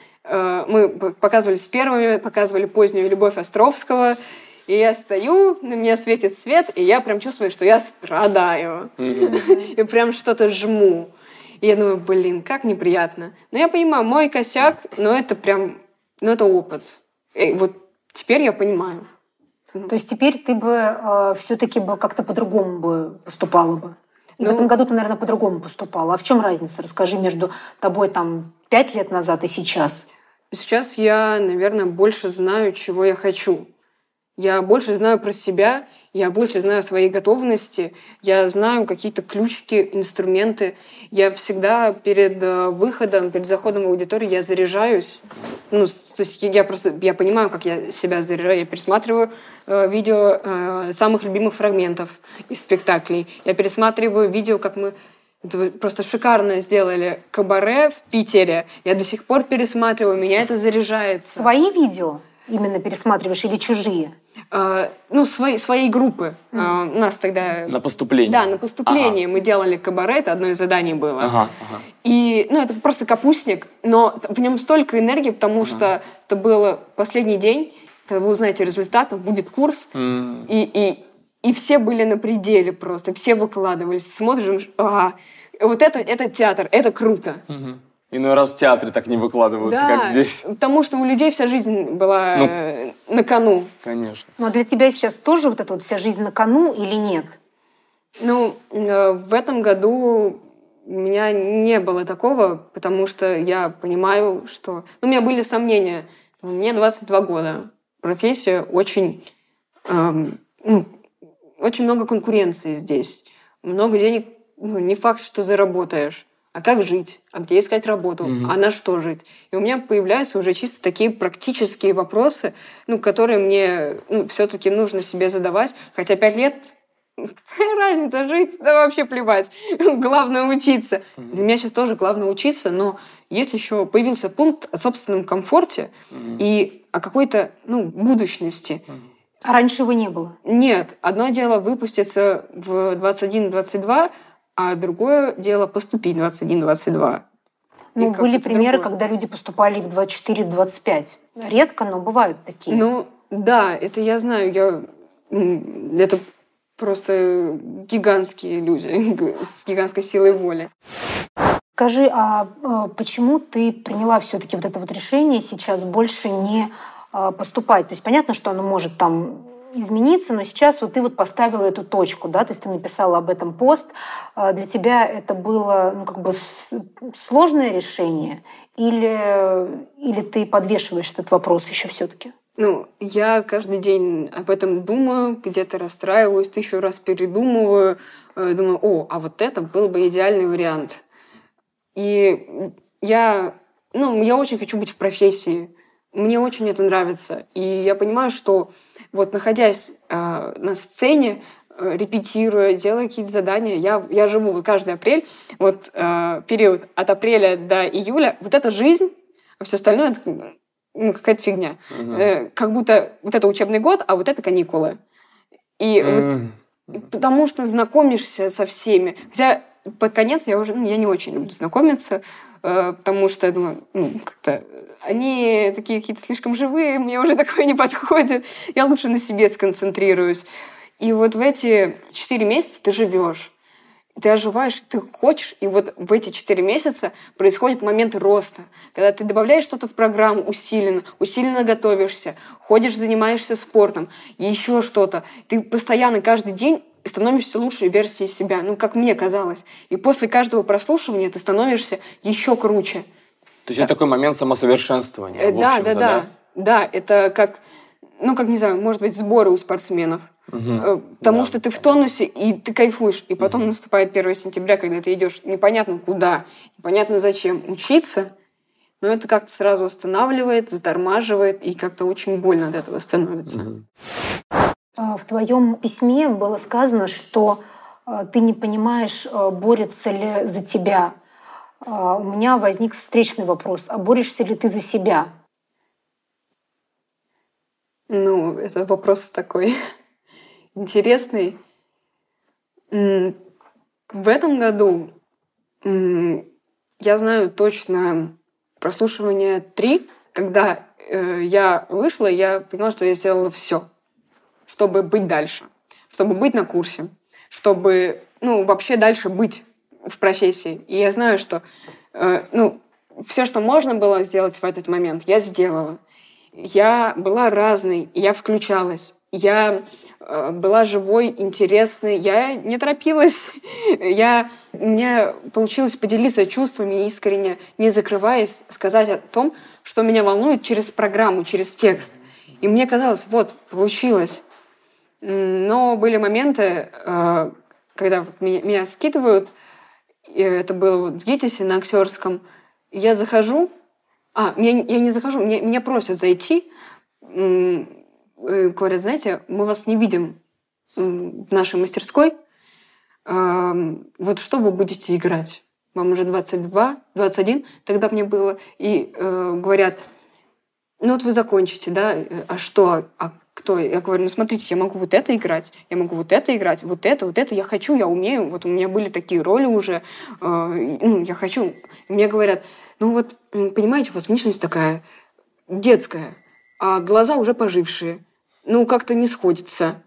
Мы показывали с первыми, показывали позднюю «Любовь» Островского, и я стою, на меня светит свет, и я прям чувствую, что я страдаю. Mm-hmm. И прям что-то жму. И я думаю, блин, как неприятно. Но я понимаю, мой косяк, но это прям, ну это опыт. И вот теперь я понимаю. То есть теперь ты бы э, все-таки бы как-то по-другому бы поступала бы? И ну, в этом году ты, наверное, по-другому поступала. А в чем разница? Расскажи, между тобой там пять лет назад и сейчас. Сейчас я, наверное, больше знаю, чего я хочу. Я больше знаю про себя, я больше знаю о своей готовности, я знаю какие-то ключики, инструменты. Я всегда перед выходом, перед заходом в аудиторию я заряжаюсь. Ну, то есть я просто я понимаю, как я себя заряжаю. Я пересматриваю э, видео э, самых любимых фрагментов из спектаклей. Я пересматриваю видео, как мы... Это вы просто шикарно сделали кабаре в Питере. Я до сих пор пересматриваю, меня это заряжается. Свои видео именно пересматриваешь или чужие? Uh, ну, свои, своей группы. Mm. Uh, у нас тогда... На поступление? Да, на поступление. Ага. Мы делали кабаре, это одно из заданий было. Ага, ага. И, ну, это просто капустник, но в нем столько энергии, потому ага. что это был последний день, когда вы узнаете результаты, будет курс, mm. и, и И все были на пределе просто, все выкладывались, смотришь, ага, вот это, это театр, это круто. Угу. Иной раз в театре так не выкладываются, да, как здесь. Потому что у людей вся жизнь была ну, э, на кону. Конечно. Ну а для тебя сейчас тоже вот эта вот вся жизнь на кону или нет? Ну, э, в этом году у меня не было такого, потому что я понимаю, что... Ну, у меня были сомнения. Мне двадцать два года. Профессия очень... Э, ну, очень много конкуренции здесь. Много денег, ну, не факт, что заработаешь. А как жить? А где искать работу? Mm-hmm. А на что жить? И у меня появляются уже чисто такие практические вопросы, ну, которые мне ну, все-таки нужно себе задавать. Хотя пять лет, какая разница жить? Да вообще плевать. Главное учиться. Mm-hmm. Для меня сейчас тоже главное учиться, но есть еще появился пункт о собственном комфорте mm-hmm. и о какой-то ну, будущности. Mm-hmm. А раньше его не было? Нет. Одно дело выпуститься в двадцать один двадцать два, а другое дело поступить в двадцать один двадцать два. Ну, были примеры, другое. Когда люди поступали в двадцать четыре двадцать пять. Редко, но бывают такие. Ну, да, это я знаю. Я... Это просто гигантские люди с гигантской силой воли. Скажи, а почему ты приняла все-таки вот это вот решение сейчас больше не поступать? То есть понятно, что оно может там измениться, но сейчас вот ты вот поставила эту точку, да, то есть ты написала об этом пост. Для тебя это было, ну, как бы сложное решение или, или ты подвешиваешь этот вопрос еще все-таки? Ну, я каждый день об этом думаю, где-то расстраиваюсь, тысячу раз передумываю, думаю, о, а вот это был бы идеальный вариант. И я, ну, я очень хочу быть в профессии. мне очень это нравится. И я понимаю, что вот находясь э, на сцене, э, репетируя, делая какие-то задания, я, я живу вот каждый апрель, вот э, период от апреля до июля, вот это жизнь, а все остальное это ну, какая-то фигня. Угу. Э, как будто вот это учебный год, а вот это каникулы. И mm. вот, потому что знакомишься со всеми. Хотя под конец я уже, ну, я не очень люблю знакомиться, э, потому что, думаю, ну, как-то они такие какие-то слишком живые, мне уже такое не подходит. Я лучше на себе сконцентрируюсь. И вот в эти четыре месяца ты живешь. Ты оживаешь, ты хочешь, и вот в эти четыре месяца происходит момент роста, когда ты добавляешь что-то в программу усиленно, усиленно готовишься, ходишь, занимаешься спортом, еще что-то. Ты постоянно, каждый день становишься лучшей версией себя, ну, как мне казалось. И после каждого прослушивания ты становишься еще круче. То есть да. Это такой момент самосовершенствования, э, в да, общем-то, да, да, да. Да, это как, ну, как, не знаю, может быть, сборы у спортсменов. Угу. Потому да. что ты в тонусе, и ты кайфуешь. И потом угу. наступает первое сентября, когда ты идешь непонятно куда, непонятно зачем учиться, но это как-то сразу останавливает, затормаживает, и как-то очень больно от этого становится. Угу. В твоем письме было сказано, что ты не понимаешь, борются ли за тебя. У меня возник встречный вопрос. А борешься ли ты за себя? Ну, это вопрос такой... интересный. В этом году я знаю точно прослушивание три, когда я вышла, я поняла, что я сделала все, чтобы быть дальше, чтобы быть на курсе, чтобы ну, вообще дальше быть в профессии. И я знаю, что ну, все, что можно было сделать в этот момент, я сделала. Я была разной, я включалась. Я э, была живой, интересной, я не торопилась. я, у меня получилось поделиться чувствами искренне, не закрываясь, сказать о том, что меня волнует через программу, через текст. И мне казалось, вот, получилось. Но были моменты, э, когда вот меня, меня скидывают, и это было вот в ГИТИСе на Актерском, я захожу, а, меня, я не захожу, меня, меня просят зайти, говорят, знаете, мы вас не видим в нашей мастерской. Вот что вы будете играть? Вам уже двадцать два, двадцать один, тогда мне было. И э, говорят, ну вот вы закончите, да? А что? А кто? Я говорю, ну смотрите, я могу вот это играть, я могу вот это играть, вот это, вот это. Я хочу, я умею. Вот у меня были такие роли уже. Э, ну, я хочу. И мне говорят, ну вот, понимаете, у вас внешность такая детская, а глаза уже пожившие. Ну, как-то не сходится.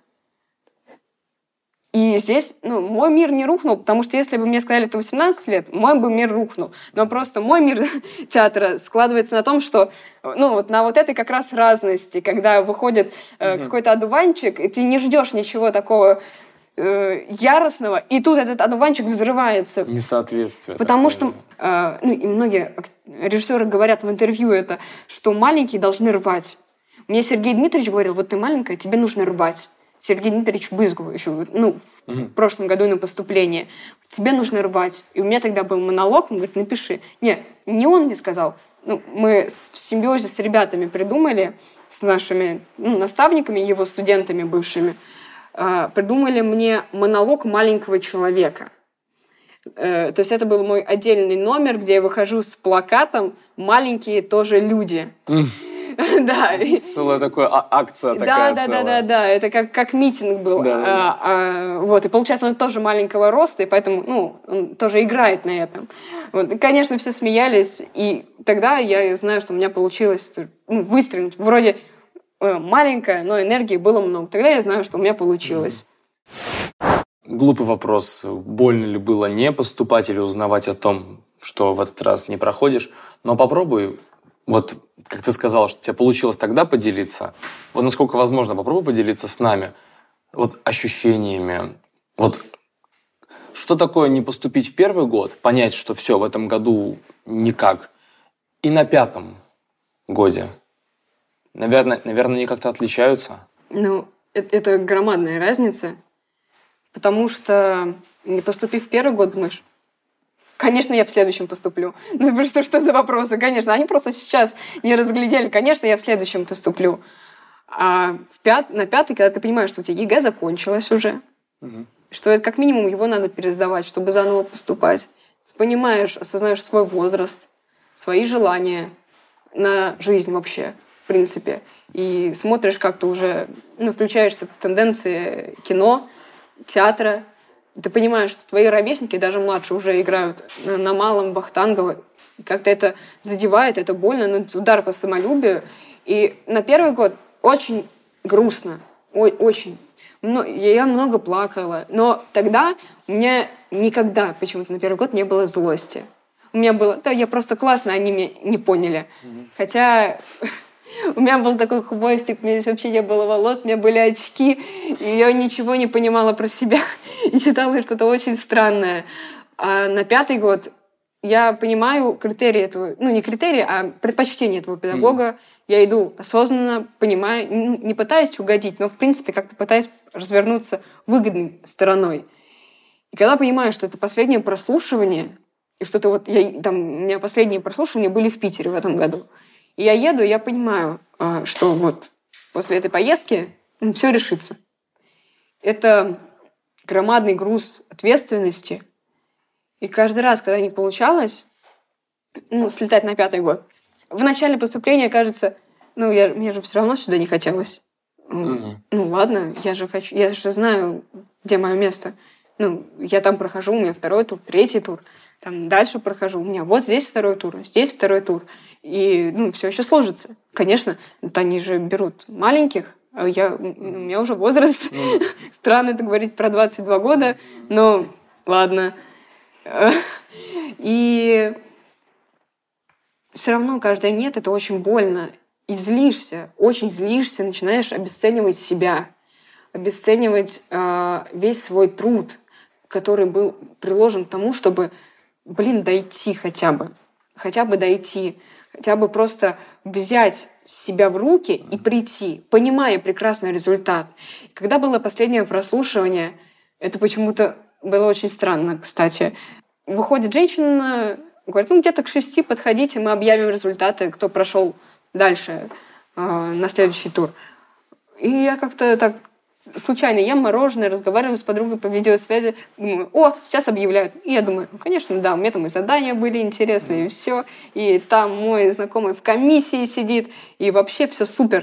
И здесь, ну, мой мир не рухнул, потому что если бы мне сказали это восемнадцать лет, мой бы мир рухнул. Но просто мой мир театра складывается на том, что, ну, вот на вот этой как раз разности, когда выходит э, угу. какой-то одуванчик, и ты не ждешь ничего такого э, яростного, и тут этот одуванчик взрывается. Несоответствие. Потому такое. что, э, ну, и многие режиссеры говорят в интервью это, что маленькие должны рвать. Мне Сергей Дмитриевич говорил, вот ты маленькая, тебе нужно рвать. Сергей Дмитриевич Бызгову еще ну, в mm-hmm. прошлом году на поступление. Тебе нужно рвать. И у меня тогда был монолог, он говорит, напиши. Не, не он мне сказал. Ну, мы в симбиозе с ребятами придумали, с нашими ну, наставниками, его студентами бывшими, э, придумали мне монолог маленького человека. Э, то есть это был мой отдельный номер, где я выхожу с плакатом «Маленькие тоже люди». Mm. Да. Целая такая акция такая. Да, да, да, да, да. Это как, как митинг был. Да, а, да. А, вот. И получается, он тоже маленького роста, и поэтому ну, он тоже играет на этом. Вот. И, конечно, все смеялись. И тогда я знаю, что у меня получилось ну, выстрелить. Вроде маленькая, но энергии было много. Тогда я знаю, что у меня получилось. Глупый вопрос. Больно ли было не поступать или узнавать о том, что в этот раз не проходишь? Но попробуй. Вот, как ты сказал, что у тебя получилось тогда поделиться, вот насколько возможно, попробуй поделиться с нами вот ощущениями. Вот что такое не поступить в первый год, понять, что все, в этом году никак, и на пятом годе? Наверное, наверное они как-то отличаются? Ну, это, это громадная разница, потому что не поступив в первый год, думаешь, Конечно, я в следующем поступлю. Ну, что, что за вопросы? Конечно, они просто сейчас не разглядели. Конечно, я в следующем поступлю. А в пят... на пятый, когда ты понимаешь, что у тебя ЕГЭ закончилось уже, угу. что это как минимум его надо пересдавать, чтобы заново поступать. Ты понимаешь, осознаешь свой возраст, свои желания на жизнь вообще, в принципе. И смотришь как-то уже, ну, включаешься в тенденции кино, театра. Ты понимаешь, что твои ровесники, даже младше, уже играют на, на малом, вахтангово. И как-то это задевает, это больно, ну, это удар по самолюбию. И на первый год очень грустно. Ой, очень. Я много плакала. Но тогда у меня никогда почему-то на первый год не было злости. У меня было... Да, я просто классно, они меня не поняли. Mm-hmm. Хотя... У меня был такой хвостик, у меня здесь вообще не было волос, у меня были очки, и я ничего не понимала про себя и читала что-то очень странное. А на пятый год я понимаю критерии этого, ну не критерии, а предпочтения этого педагога. Mm. Я иду осознанно, понимаю, не пытаюсь угодить, но в принципе как-то пытаюсь развернуться выгодной стороной. И когда понимаю, что это последнее прослушивание, и что-то вот, я, там, у меня последние прослушивания были в Питере в этом году, и я еду, и я понимаю, что вот после этой поездки все решится. Это громадный груз ответственности. И каждый раз, когда не получалось, ну, слетать на пятый год, в начале поступления кажется, ну, я, мне же все равно сюда не хотелось. Mm-hmm. Ну, ладно, я же хочу, я же знаю, где мое место. Ну, я там прохожу, у меня второй тур, третий тур. Там дальше прохожу, у меня вот здесь второй тур, здесь второй тур. И, ну, все еще сложится. Конечно, они же берут маленьких, а я, у меня уже возраст. Mm. Странно это говорить про двадцать два года, но ладно. И все равно каждое «нет» — это очень больно. И злишься, очень злишься, начинаешь обесценивать себя, обесценивать э, весь свой труд, который был приложен к тому, чтобы, блин, дойти хотя бы. Хотя бы дойти. Хотя бы просто взять себя в руки и прийти, понимая прекрасный результат. И когда было последнее прослушивание, это почему-то было очень странно, кстати. Выходит женщина, говорит, ну где-то к шести подходите, мы объявим результаты, кто прошел дальше э, на следующий тур. И я как-то так случайно ем мороженое, разговариваю с подругой по видеосвязи, думаю, о, сейчас объявляют. И я думаю, ну, конечно, да, у меня там и задания были интересные, и все. И там мой знакомый в комиссии сидит, и вообще все супер.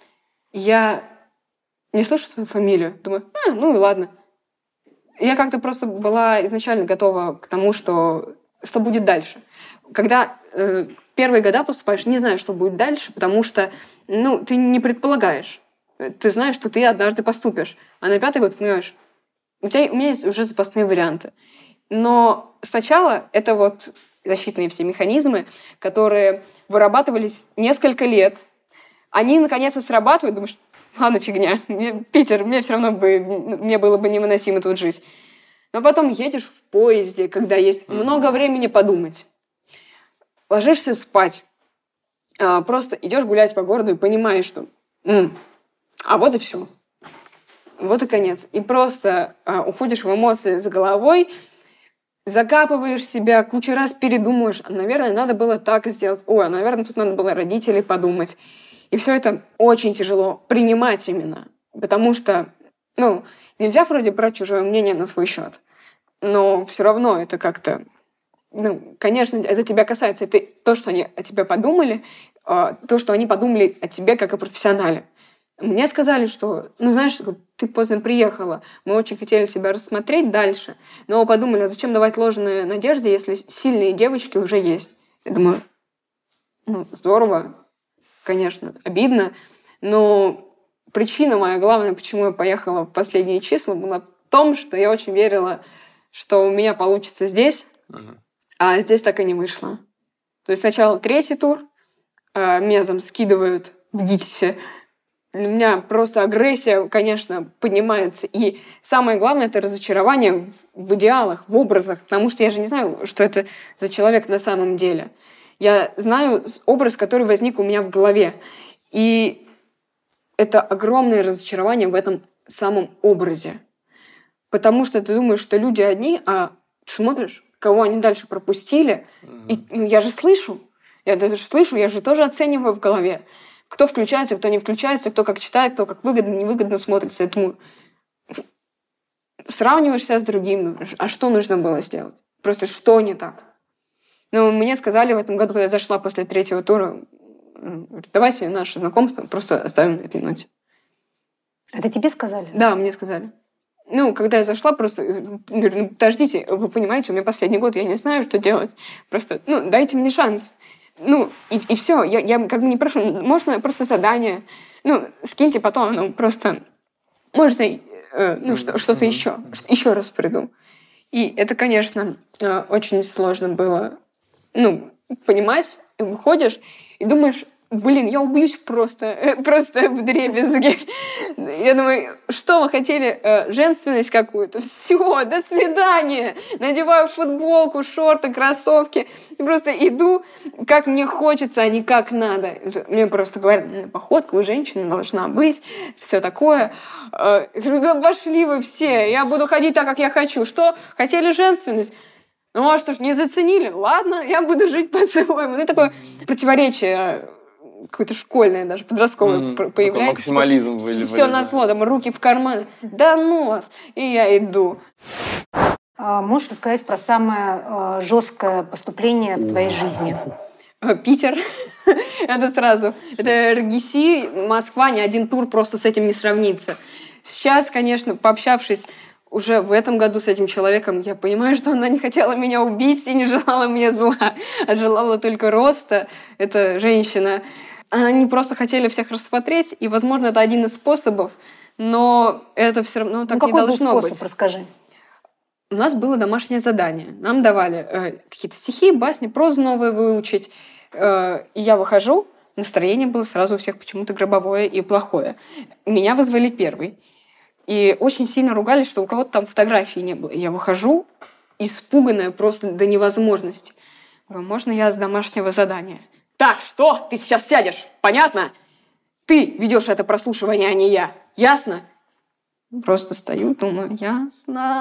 Я не слышу свою фамилию, думаю, а, ну и ладно. Я как-то просто была изначально готова к тому, что, что будет дальше. Когда э, в первые года поступаешь, не знаешь, что будет дальше, потому что ну, ты не предполагаешь. Ты знаешь, что ты однажды поступишь. А на пятый год, понимаешь, у, тебя, у меня есть уже запасные варианты. Но сначала это вот защитные все механизмы, которые вырабатывались несколько лет. Они, наконец-то, срабатывают. Думаешь, ладно, фигня. Мне, Питер, мне все равно бы, мне было бы невыносимо тут жить. Но потом едешь в поезде, когда есть много времени подумать. Ложишься спать. Просто идешь гулять по городу и понимаешь, что... М- А вот и все. Вот и конец. И просто а, уходишь в эмоции с головой, закапываешь себя, кучу раз передумаешь. А, наверное, надо было так сделать. Ой, а, наверное, тут надо было родителей подумать. И все это очень тяжело принимать именно. Потому что, ну, нельзя вроде брать чужое мнение на свой счет. Но все равно это как-то... Ну, конечно, это тебя касается. Это то, что они о тебе подумали, то, что они подумали о тебе как о профессионале. Мне сказали, что, ну, знаешь, ты поздно приехала, мы очень хотели тебя рассмотреть дальше, но подумали, а зачем давать ложные надежды, если сильные девочки уже есть. Я думаю, ну, здорово, конечно, обидно, но причина моя главная, почему я поехала в последние числа, была в том, что я очень верила, что у меня получится здесь, uh-huh. а здесь так и не вышло. То есть сначала третий тур, меня там скидывают в ГИТИСе, у меня просто агрессия, конечно, поднимается. И самое главное — это разочарование в идеалах, в образах. Потому что я же не знаю, что это за человек на самом деле. Я знаю образ, который возник у меня в голове. И это огромное разочарование в этом самом образе. Потому что ты думаешь, что люди одни, а смотришь, кого они дальше пропустили. Mm-hmm. И ну, я же слышу. Я даже слышу, я же тоже оцениваю в голове. Кто включается, кто не включается, кто как читает, кто как выгодно, невыгодно смотрится. Я думаю, сравниваешь себя с другим. А что нужно было сделать? Просто что не так? Но мне сказали в этом году, когда я зашла после третьего тура, давайте наше знакомство просто оставим на этой ноте. Это тебе сказали? Да, мне сказали. Ну, когда я зашла, просто говорю, ну, подождите, вы понимаете, у меня последний год, я не знаю, что делать. Просто, ну, дайте мне шанс. Ну, и, и все, я, я как бы не прошу, можно просто задание, ну, скиньте потом, ну, просто, можно, э, ну, что, что-то mm-hmm. еще, еще раз приду. И это, конечно, э, очень сложно было, ну, понимать, выходишь и думаешь, блин, я убьюсь просто, просто в дребезги. Я думаю, что вы хотели? Женственность какую-то? Все, до свидания. Надеваю футболку, шорты, кроссовки. И просто иду, как мне хочется, а не как надо. Мне просто говорят, походка у женщины должна быть, все такое. Я говорю, да пошли вы все, я буду ходить так, как я хочу. Что? Хотели женственность? Ну а что ж, не заценили? Ладно, я буду жить по-своему. Ну, такое противоречие какое-то школьное, даже подростковое mm-hmm. появляется. Максимализм вылезает. Все на зло, там руки в карманы. Да ну вас! И я иду. А можешь рассказать про самое э, жесткое поступление в твоей жизни? Питер. Это сразу. Это эр гэ си, Москва, ни один тур просто с этим не сравнится. Сейчас, конечно, пообщавшись уже в этом году с этим человеком, я понимаю, что она не хотела меня убить и не желала мне зла, а желала только роста. Это женщина. Они просто хотели всех рассмотреть, и, возможно, это один из способов, но это все равно так ну, не должно был способ, быть. Расскажи. У нас было домашнее задание. Нам давали э, какие-то стихи, басни, прозу новые выучить. Э, и я выхожу, настроение было сразу у всех почему-то гробовое и плохое. Меня вызвали первой. И очень сильно ругались, что у кого-то там фотографии не было. И я выхожу, испуганная просто до невозможности. Говорю, можно я с домашнего задания? Так, что? Ты сейчас сядешь, понятно? Ты ведешь это прослушивание, а не я. Ясно? Просто стою, думаю, ясно.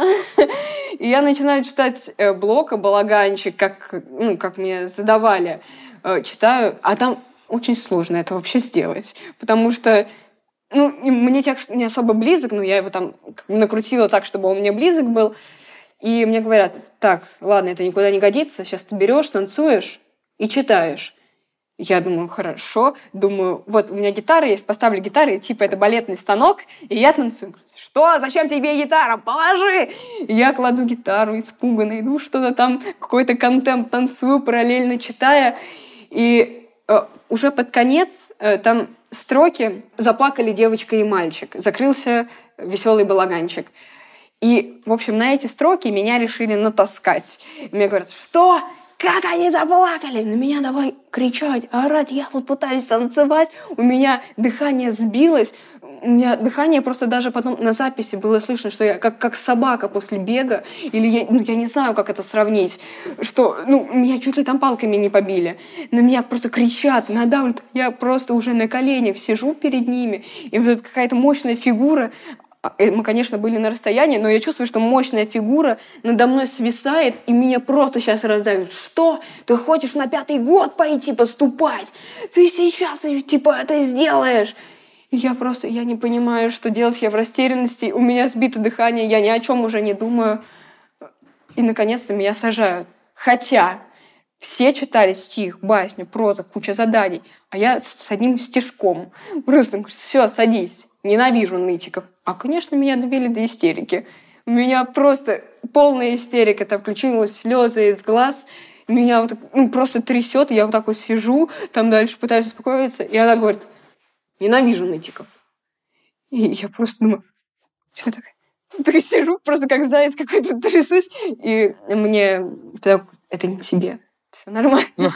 И я начинаю читать Блока, Балаганчик, как, ну, как мне задавали. Читаю, а там очень сложно это вообще сделать. Потому что ну, мне текст не особо близок, но я его там накрутила так, чтобы он мне близок был. И мне говорят, так, ладно, это никуда не годится, сейчас ты берешь, танцуешь и читаешь. Я думаю, хорошо. Думаю, вот у меня гитара есть, поставлю гитару, и типа это балетный станок, и я танцую. Что? Зачем тебе гитара? Положи! И я кладу гитару, испуганно иду, что-то там, какой-то контент танцую, параллельно читая. И э, уже под конец э, там строки «Заплакали девочка и мальчик», закрылся веселый балаганчик. И, в общем, на эти строки меня решили натаскать. И мне говорят, что? Как они заплакали? На меня давай кричать, орать. Я тут пытаюсь танцевать. У меня дыхание сбилось. У меня дыхание просто даже потом на записи было слышно, что я как, как собака после бега. Или я, ну, я не знаю, как это сравнить. Что, ну, меня чуть ли там палками не побили. На меня просто кричат, надавливают. Я просто уже на коленях сижу перед ними. И вот эта какая-то мощная фигура. Мы, конечно, были на расстоянии, но я чувствую, что мощная фигура надо мной свисает, и меня просто сейчас раздавит. Что? Ты хочешь на пятый год пойти поступать? Ты сейчас, типа, это сделаешь. И я просто, я не понимаю, что делать. Я в растерянности, у меня сбито дыхание, я ни о чем уже не думаю. И, наконец-то, меня сажают. Хотя все читали стих, басню, проза, куча заданий, а я с одним стишком. Просто говорю, все, садись. Ненавижу нытиков. А, конечно, меня довели до истерики. У меня просто полная истерика. Там включились слезы из глаз. Меня вот так, ну, просто трясет. Я вот так вот сижу, там дальше пытаюсь успокоиться. И она говорит, ненавижу нытиков. И я просто думаю, что так? Так сижу просто как заяц какой-то трясусь. И мне это не тебе. Все нормально.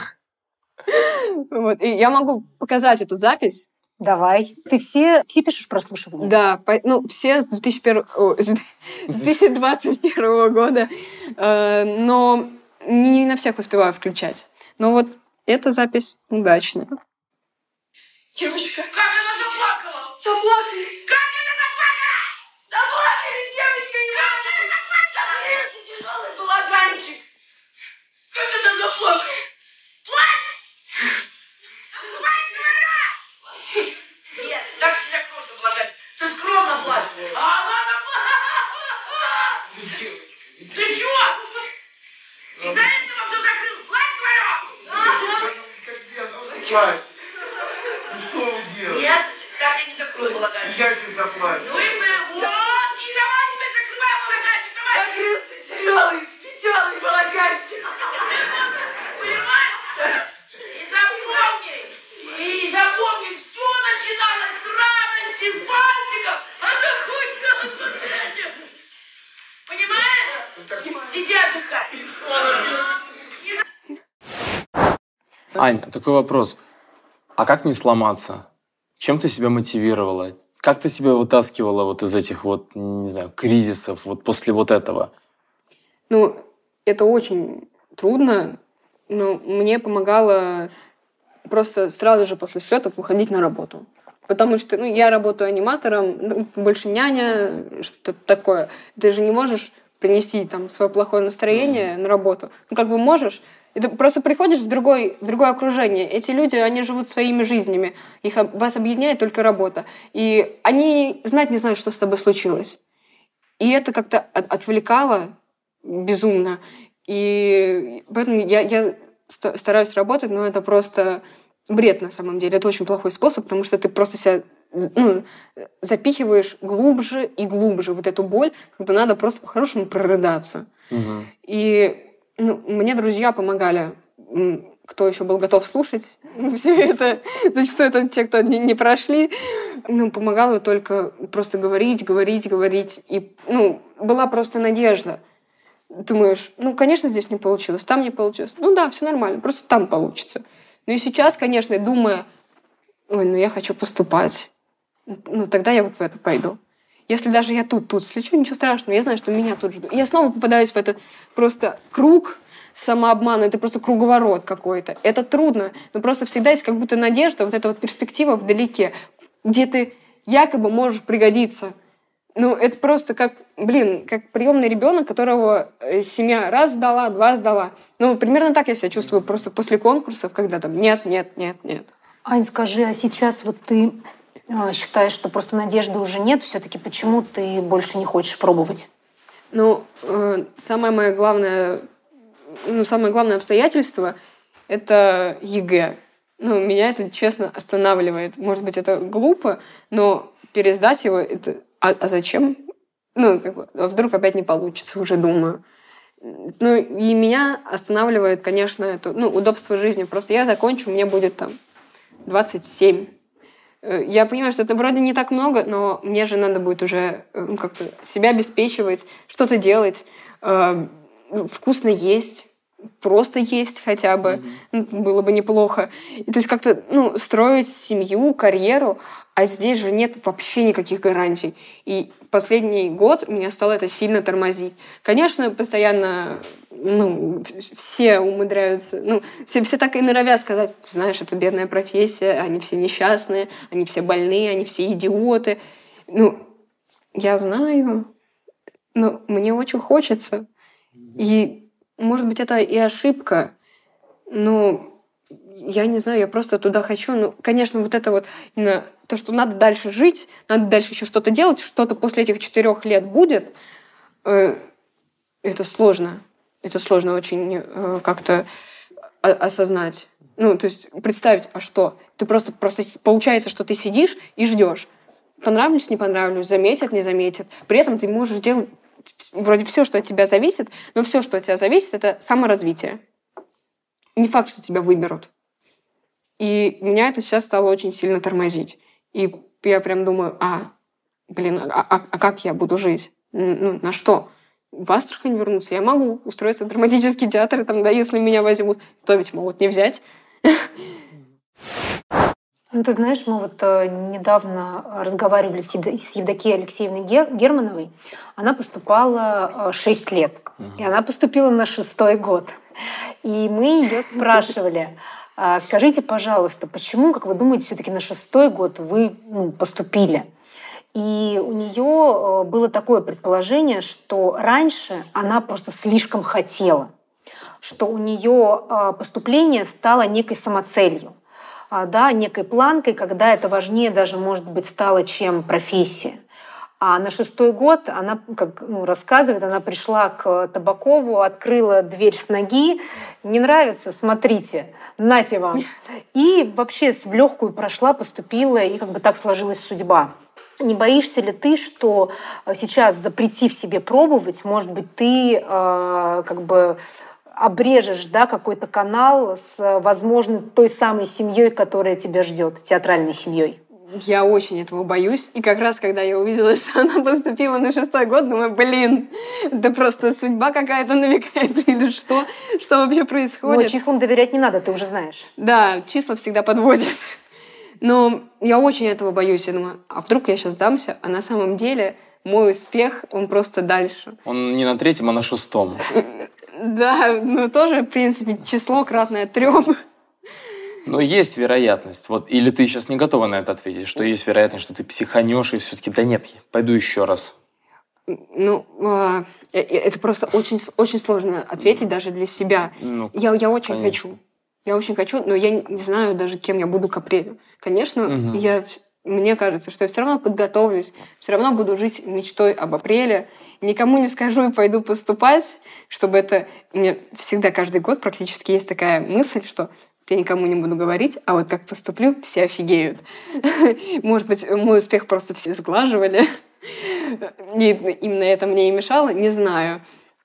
Вот. И я могу показать эту запись. Давай. Ты все, все пишешь прослушивание? Да, по, ну, все с, две тысячи первого, о, с две тысячи двадцать первого года, э, но не на всех успеваю включать. Но вот эта запись удачная. Девочка, как она заплакала? Заплакали. Как она заплакала? Заплакали, девочка, и как она заплакала? Закрылся тяжелый балаганчик. заплачь. Ну что вы делаете? Нет, так я не закрою балаганчик. Я еще заплачу. Ну и мы, вот, и давай теперь закрываем балаганчик, давай. Тяжелый, тяжелый балаганчик. Понимаешь? И запомни, и запомни, все начиналось с радости, с бантиков, а ты хоть с этим. Понимаешь? Сиди, отдыхай. Ань, такой вопрос. А как не сломаться? Чем ты себя мотивировала? Как ты себя вытаскивала вот из этих вот, не знаю, кризисов, вот после вот этого? Ну, это очень трудно, но мне помогало просто сразу же после слетов выходить на работу. Потому что ну, я работаю аниматором, ну, больше няня, что-то такое. Ты же не можешь принести там свое плохое настроение на работу. Ну, как бы можешь. И ты просто приходишь в, другой, в другое окружение. Эти люди, они живут своими жизнями. Их, вас объединяет только работа. И они знать не знают, что с тобой случилось. И это как-то от, отвлекало безумно. И поэтому я, я стараюсь работать, но это просто бред на самом деле. Это очень плохой способ, потому что ты просто себя ну, запихиваешь глубже и глубже вот эту боль, когда надо просто по-хорошему прорыдаться. Угу. И ну, мне друзья помогали, кто еще был готов слушать все это. Зачастую это те, кто не, не прошли. Ну, помогало только просто говорить, говорить, говорить. И ну, была просто надежда. Думаешь, ну, конечно, здесь не получилось, там не получилось. Ну да, все нормально, просто там получится. Ну и сейчас, конечно, думая, ой, ну я хочу поступать, ну тогда я вот в это пойду. Если даже я тут, тут слечу, ничего страшного, я знаю, что меня тут ждут. И я снова попадаюсь в этот просто круг самообмана, это просто круговорот какой-то. Это трудно, но просто всегда есть как будто надежда, вот эта вот перспектива вдалеке, где ты якобы можешь пригодиться. Ну, это просто как, блин, как приемный ребенок, которого семья раз сдала, два сдала. Ну, примерно так я себя чувствую просто после конкурсов, когда там нет, нет, нет, нет. Ань, скажи, а сейчас вот ты э, считаешь, что просто надежды уже нет, все-таки почему ты больше не хочешь пробовать? Ну, э, самое мое главное, ну, самое главное обстоятельство — это ЕГЭ. Ну, меня это, честно, останавливает. Может быть, это глупо, но пересдать его — это... А, а зачем? Ну, как бы, вдруг опять не получится, уже думаю. Ну, и меня останавливает, конечно, это, ну, удобство жизни. Просто я закончу, мне будет там двадцать семь. Я понимаю, что это вроде не так много, но мне же надо будет уже ну, как-то себя обеспечивать, что-то делать, э, вкусно есть, просто есть хотя бы, mm-hmm. было бы неплохо. И, то есть как-то ну, строить семью, карьеру, а здесь же нет вообще никаких гарантий. И в последний год меня стало это сильно тормозить. Конечно, постоянно ну, все умудряются, ну, все, все так и норовят сказать, ты знаешь, это бедная профессия, они все несчастные, они все больные, они все идиоты. Ну, я знаю, но мне очень хочется. И, может быть, это и ошибка, но я не знаю, я просто туда хочу. Ну, конечно, вот это вот именно то, что надо дальше жить, надо дальше еще что-то делать, что-то после этих четырех лет будет, э, это сложно. Это сложно очень э, как-то осознать. Ну, то есть представить, а что? Ты просто, просто получается, что ты сидишь и ждешь. Понравлюсь, не понравлюсь, заметят, не заметят. При этом ты можешь делать вроде все, что от тебя зависит, но все, что от тебя зависит, это саморазвитие. Не факт, что тебя выберут. И меня это сейчас стало очень сильно тормозить. И я прям думаю, а, блин, а, а, а как я буду жить? Ну, на что? В Астрахань вернуться? Я могу устроиться в драматический театр, там, да, если меня возьмут. То ведь могут не взять. Ну, ты знаешь, мы вот э, недавно разговаривали с, Евд... с Евдокией Алексеевной Гер... Германовой. Она поступала шесть лет. Uh-huh. И она поступила на шестой год. И мы ее спрашивали, скажите, пожалуйста, почему, как вы думаете, все-таки на шестой год вы ну, поступили? И у нее было такое предположение, что раньше она просто слишком хотела, что у нее поступление стало некой самоцелью, да, некой планкой, когда это важнее даже, может быть, стало, чем профессия. А на шестой год она, как ну, рассказывает, она пришла к Табакову, открыла дверь с ноги. Не нравится? Смотрите, нате вам. И вообще в легкую прошла, поступила, и как бы так сложилась судьба. Не боишься ли ты, что сейчас, запретив себе пробовать, может быть, ты э, как бы обрежешь, да, какой-то канал с, возможно, той самой семьей, которая тебя ждет, театральной семьей? Я очень этого боюсь. И как раз, когда я увидела, что она поступила на шестой год, думаю, блин, да просто судьба какая-то намекает или что? Что вообще происходит? Но числам доверять не надо, ты уже знаешь. Да, числа всегда подводят. Но я очень этого боюсь. Я думаю, а вдруг я сейчас сдамся, а на самом деле мой успех, он просто дальше. Он не на третьем, а на шестом. Да, ну тоже, в принципе, число кратное трем. Но есть вероятность. Вот, или ты сейчас не готова на это ответить, что есть вероятность, что ты психанешь и все-таки, да нет, пойду еще раз. Ну, э, это просто очень, очень сложно ответить mm. даже для себя. Ну, я, я очень конечно. хочу. Я очень хочу, но я не знаю даже, кем я буду к апрелю. Конечно, mm-hmm. я, мне кажется, что я все равно подготовлюсь, все равно буду жить мечтой об апреле. Никому не скажу и пойду поступать, чтобы это... У меня всегда каждый год практически есть такая мысль, что я никому не буду говорить, а вот как поступлю, все офигеют. Может быть, мой успех просто все сглаживали. И именно это мне и мешало, не знаю.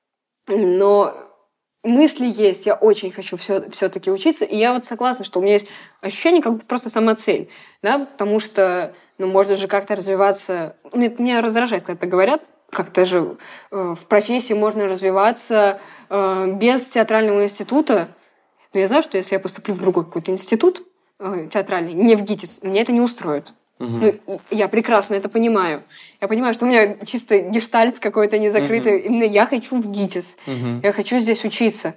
Но мысли есть, я очень хочу все, все-таки учиться, и я вот согласна, что у меня есть ощущение, как бы просто сама цель, да, потому что, ну, можно же как-то развиваться... Меня, меня раздражает, когда это говорят, как-то же э, в профессии можно развиваться э, без театрального института. Но я знаю, что если я поступлю в другой какой-то институт э, театральный, не в ГИТИС, меня это не устроит. Угу. Ну, я прекрасно это понимаю. Я понимаю, что у меня чисто гештальт какой-то не закрытый. Угу. Именно я хочу в ГИТИС. Угу. Я хочу здесь учиться.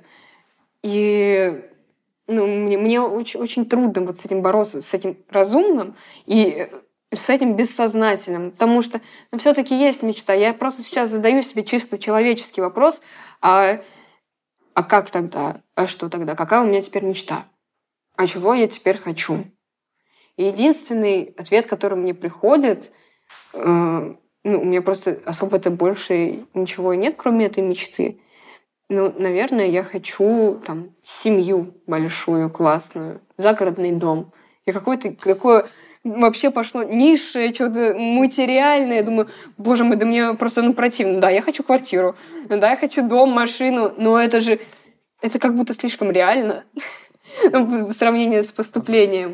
И ну, мне, мне очень, очень трудно вот с этим бороться, с этим разумным и с этим бессознательным. Потому что ну, все-таки есть мечта. Я просто сейчас задаю себе чисто человеческий вопрос, а... А как тогда? А что тогда? Какая у меня теперь мечта? А чего я теперь хочу? И единственный ответ, который мне приходит, э, ну, у меня просто особо-то больше ничего и нет, кроме этой мечты. Ну, наверное, я хочу там семью большую, классную, загородный дом. И какой-то такое вообще пошло низшее, что-то материальное. Я думаю, боже мой, да мне просто ну, противно. Да, я хочу квартиру, да, я хочу дом, машину, но это же это как будто слишком реально в сравнении с поступлением.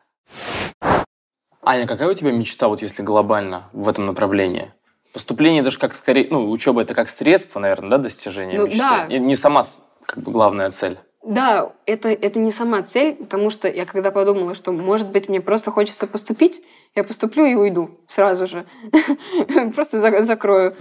Аня, какая у тебя мечта, вот если глобально в этом направлении? Поступление это же как скорее, ну, учеба это как средство, наверное, да, достижения ну, мечты. Да. И не сама как бы главная цель. Да, это, это не сама цель, потому что я когда подумала, что, может быть, мне просто хочется поступить, я поступлю и уйду сразу же. Просто закрою.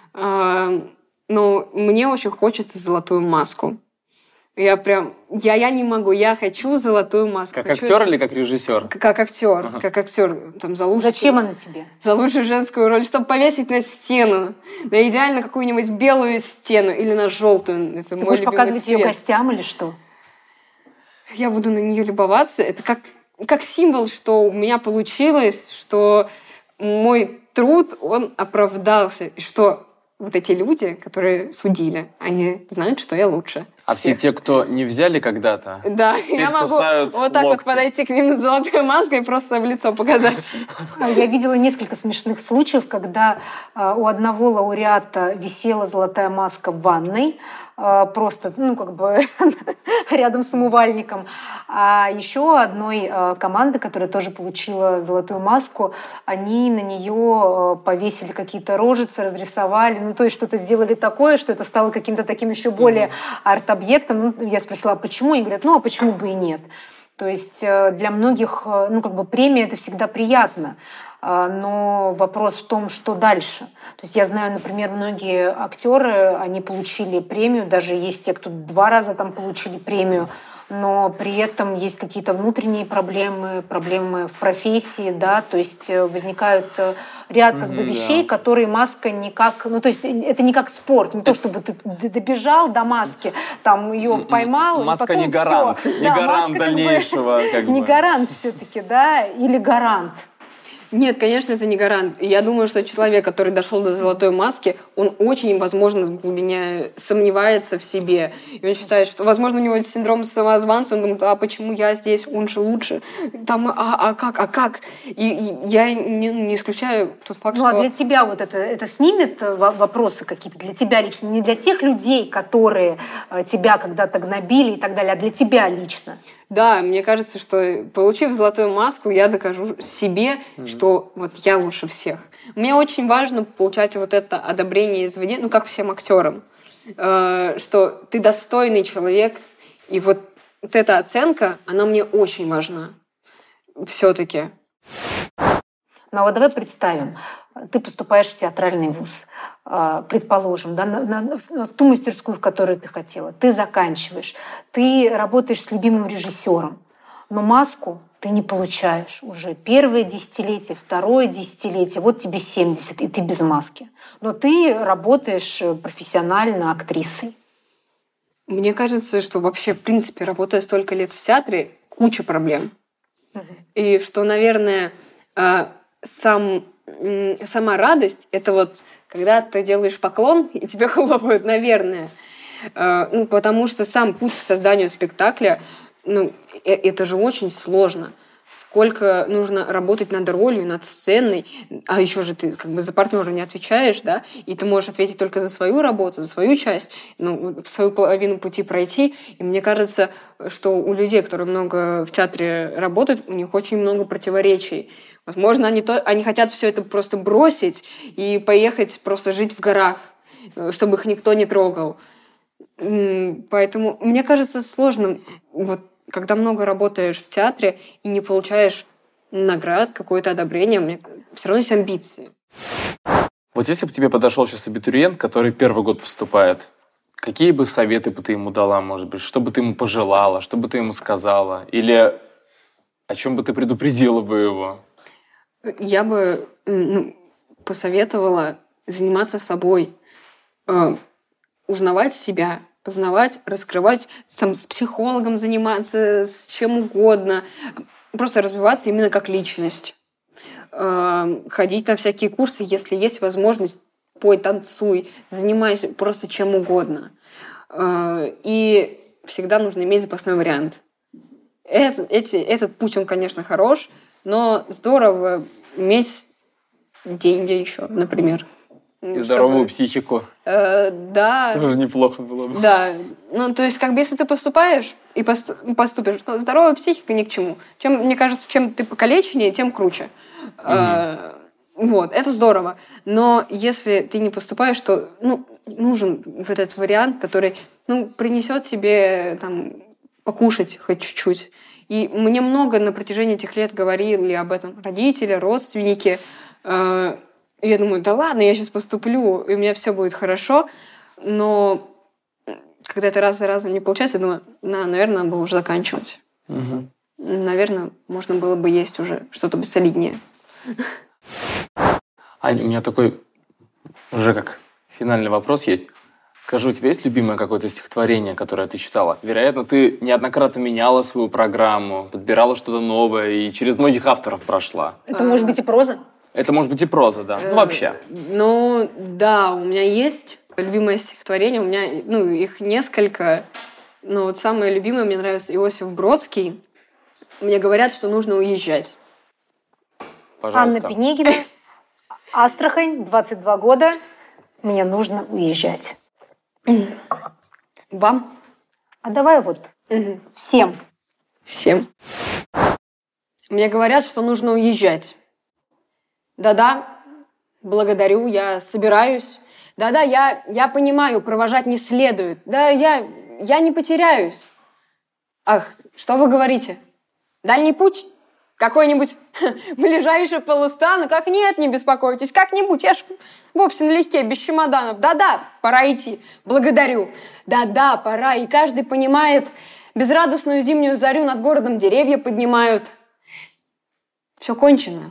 Но мне очень хочется золотую маску. Я прям... Я, я не могу, я хочу золотую маску. Как хочу... актер или как режиссер? Как, как актер. Ага. Как актер. Там, за лучшую... Зачем она тебе? За лучшую женскую роль, чтобы повесить на стену. Да идеально какую-нибудь белую стену или на желтую. Это Ты мой будешь любимый показывать цвет. ее гостям или что? Я буду на нее любоваться. Это как, как символ, что у меня получилось, что мой труд, он оправдался. И что вот эти люди, которые судили, они знают, что я лучше. А всех. Все те, кто не взяли когда-то, да, я могу вот так локти. Вот подойти к ним с золотой маской и просто в лицо показать. Я видела несколько смешных случаев, когда у одного лауреата висела золотая маска в ванной, просто, ну, как бы рядом с умывальником. А еще одной команды, которая тоже получила золотую маску, они на нее повесили какие-то рожицы, разрисовали, ну, то есть что-то сделали такое, что это стало каким-то таким еще более mm-hmm. арт-объектом. Ну, я спросила, а почему? И говорят, ну, а почему бы и нет? То есть для многих, ну, как бы премия — это всегда приятно. Но вопрос в том, что дальше. То есть я знаю, например, многие актеры, они получили премию, даже есть те, кто два раза там получили премию, но при этом есть какие-то внутренние проблемы, проблемы в профессии, да, то есть возникают ряд как бы вещей, да. которые маска никак, ну то есть это не как спорт, не то чтобы ты добежал до маски, там ее поймал, маска и потом не гарант, все. не Да, гарант дальнейшего, как бы, как бы. не гарант все-таки, да, или гарант. Нет, конечно, это не гарант. Я думаю, что человек, который дошел до золотой маски, он очень, возможно, в глубине сомневается в себе. И он считает, что, возможно, у него синдром самозванца, он думает, а почему я здесь, он же лучше. Там, а, а как, а как? И, и я не, не исключаю тот факт, ну, что... Ну, а для тебя вот это, это снимет вопросы какие-то? Для тебя лично? Не для тех людей, которые тебя когда-то гнобили и так далее, а для тебя лично? Да, мне кажется, что, получив золотую маску, я докажу себе, mm-hmm. что вот я лучше всех. Мне очень важно получать вот это одобрение извне, ну, как всем актерам, э, что ты достойный человек, и вот, вот эта оценка, она мне очень важна все-таки. Ну, а вот давай представим, ты поступаешь в театральный вуз, предположим, да, на, на, в ту мастерскую, в которую ты хотела. Ты заканчиваешь, ты работаешь с любимым режиссером, но маску ты не получаешь уже. Первое десятилетие, второе десятилетие, вот тебе семьдесят, и ты без маски. Но ты работаешь профессионально актрисой. Мне кажется, что вообще, в принципе, работая столько лет в театре, куча проблем. Угу. И что, наверное, сам... Сама радость — это вот когда ты делаешь поклон, и тебе хлопают, наверное. Ну, потому что сам путь к созданию спектакля, ну, это же очень сложно. Сколько нужно работать над ролью, над сценой, а еще же ты как бы за партнера не отвечаешь, да, и ты можешь ответить только за свою работу, за свою часть, ну, свою половину пути пройти. И мне кажется, что у людей, которые много в театре работают, у них очень много противоречий. Возможно, они, то, они хотят все это просто бросить и поехать просто жить в горах, чтобы их никто не трогал. Поэтому мне кажется сложным, вот, когда много работаешь в театре и не получаешь наград, какое-то одобрение, у меня все равно есть амбиции. Вот если бы тебе подошел сейчас абитуриент, который первый год поступает, какие бы советы бы ты ему дала, может быть? Что бы ты ему пожелала, что бы ты ему сказала? Или о чем бы ты предупредила бы его? Я бы ну, посоветовала заниматься собой, э, узнавать себя, познавать, раскрывать, сам с психологом заниматься, с чем угодно. Просто развиваться именно как личность. Э, ходить на всякие курсы, если есть возможность, пой, танцуй, занимайся просто чем угодно. Э, и всегда нужно иметь запасной вариант. Этот, эти, этот путь, он, конечно, хорош, но здорово иметь деньги еще, например. И чтобы... здоровую психику. Э, да. Тоже неплохо было бы. Да. Ну, то есть, как бы, если ты поступаешь и посту- поступишь, то здоровая психика ни к чему. Чем, мне кажется, чем ты покалеченнее, тем круче. Mm-hmm. Э, вот, это здорово. Но если ты не поступаешь, то ну, нужен вот этот вариант, который ну, принесет тебе там, покушать хоть чуть-чуть. И мне много на протяжении этих лет говорили об этом родители, родственники. И я думаю, да ладно, я сейчас поступлю, и у меня все будет хорошо. Но когда это раз за разом не получается, я думаю, на, наверное, надо было уже заканчивать. Угу. Наверное, можно было бы есть уже что-то посолиднее. Аня, у меня такой уже как финальный вопрос есть. Скажи, у тебя есть любимое какое-то стихотворение, которое ты читала? Вероятно, ты неоднократно меняла свою программу, подбирала что-то новое и через многих авторов прошла. Это может быть и проза? Это может быть и проза, да. Ну, вообще. Ну, да, у меня есть любимое стихотворение. У меня, ну, их несколько. Но вот самое любимое, мне нравится Иосиф Бродский. Мне говорят, что нужно уезжать. Пожалуйста. Анна Пенегина, Астрахань, двадцать два года. Мне нужно уезжать. Вам? А давай вот угу. всем. Всем. Мне говорят, что нужно уезжать. Да-да, благодарю, я собираюсь. Да-да, я, я понимаю, провожать не следует. Да, я, я не потеряюсь. Ах, что вы говорите? Дальний путь? Какой-нибудь ближайший полустану? Ну как нет, не беспокойтесь, как-нибудь. Я ж вовсе налегке, без чемоданов. Да-да, пора идти. Благодарю. Да-да, пора. И каждый понимает, безрадостную зимнюю зарю над городом деревья поднимают. Все кончено.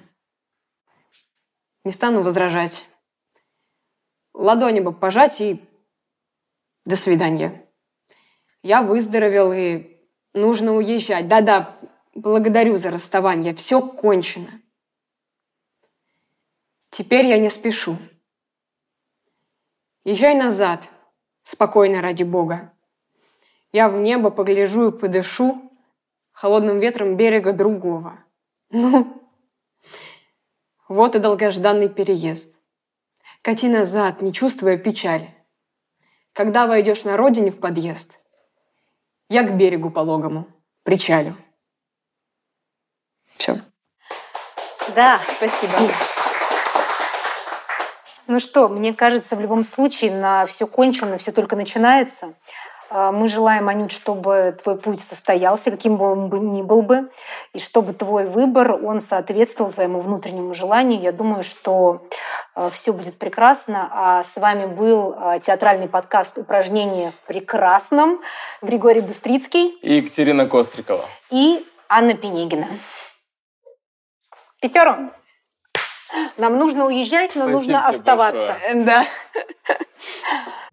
Не стану возражать. Ладони бы пожать и до свидания. Я выздоровел, и нужно уезжать. Да-да, благодарю за расставание. Все кончено. Теперь я не спешу. Езжай назад, спокойно ради Бога. Я в небо погляжу и подышу холодным ветром берега другого. Ну, вот и долгожданный переезд. Кати назад, не чувствуя печали. Когда войдешь на родине в подъезд, я к берегу пологому причалю. Все. Да. Спасибо. Ну что, мне кажется, в любом случае на все кончено, все только начинается. Мы желаем, Анют, чтобы твой путь состоялся, каким бы он ни был бы, и чтобы твой выбор, он соответствовал твоему внутреннему желанию. Я думаю, что все будет прекрасно. А с вами был театральный подкаст «Упражнения в прекрасном». Григорий Быстрицкий. И Екатерина Кострикова. И Анна Пенегина. Пятером. Нам нужно уезжать, но Спасибо нужно тебе оставаться. большое. Да.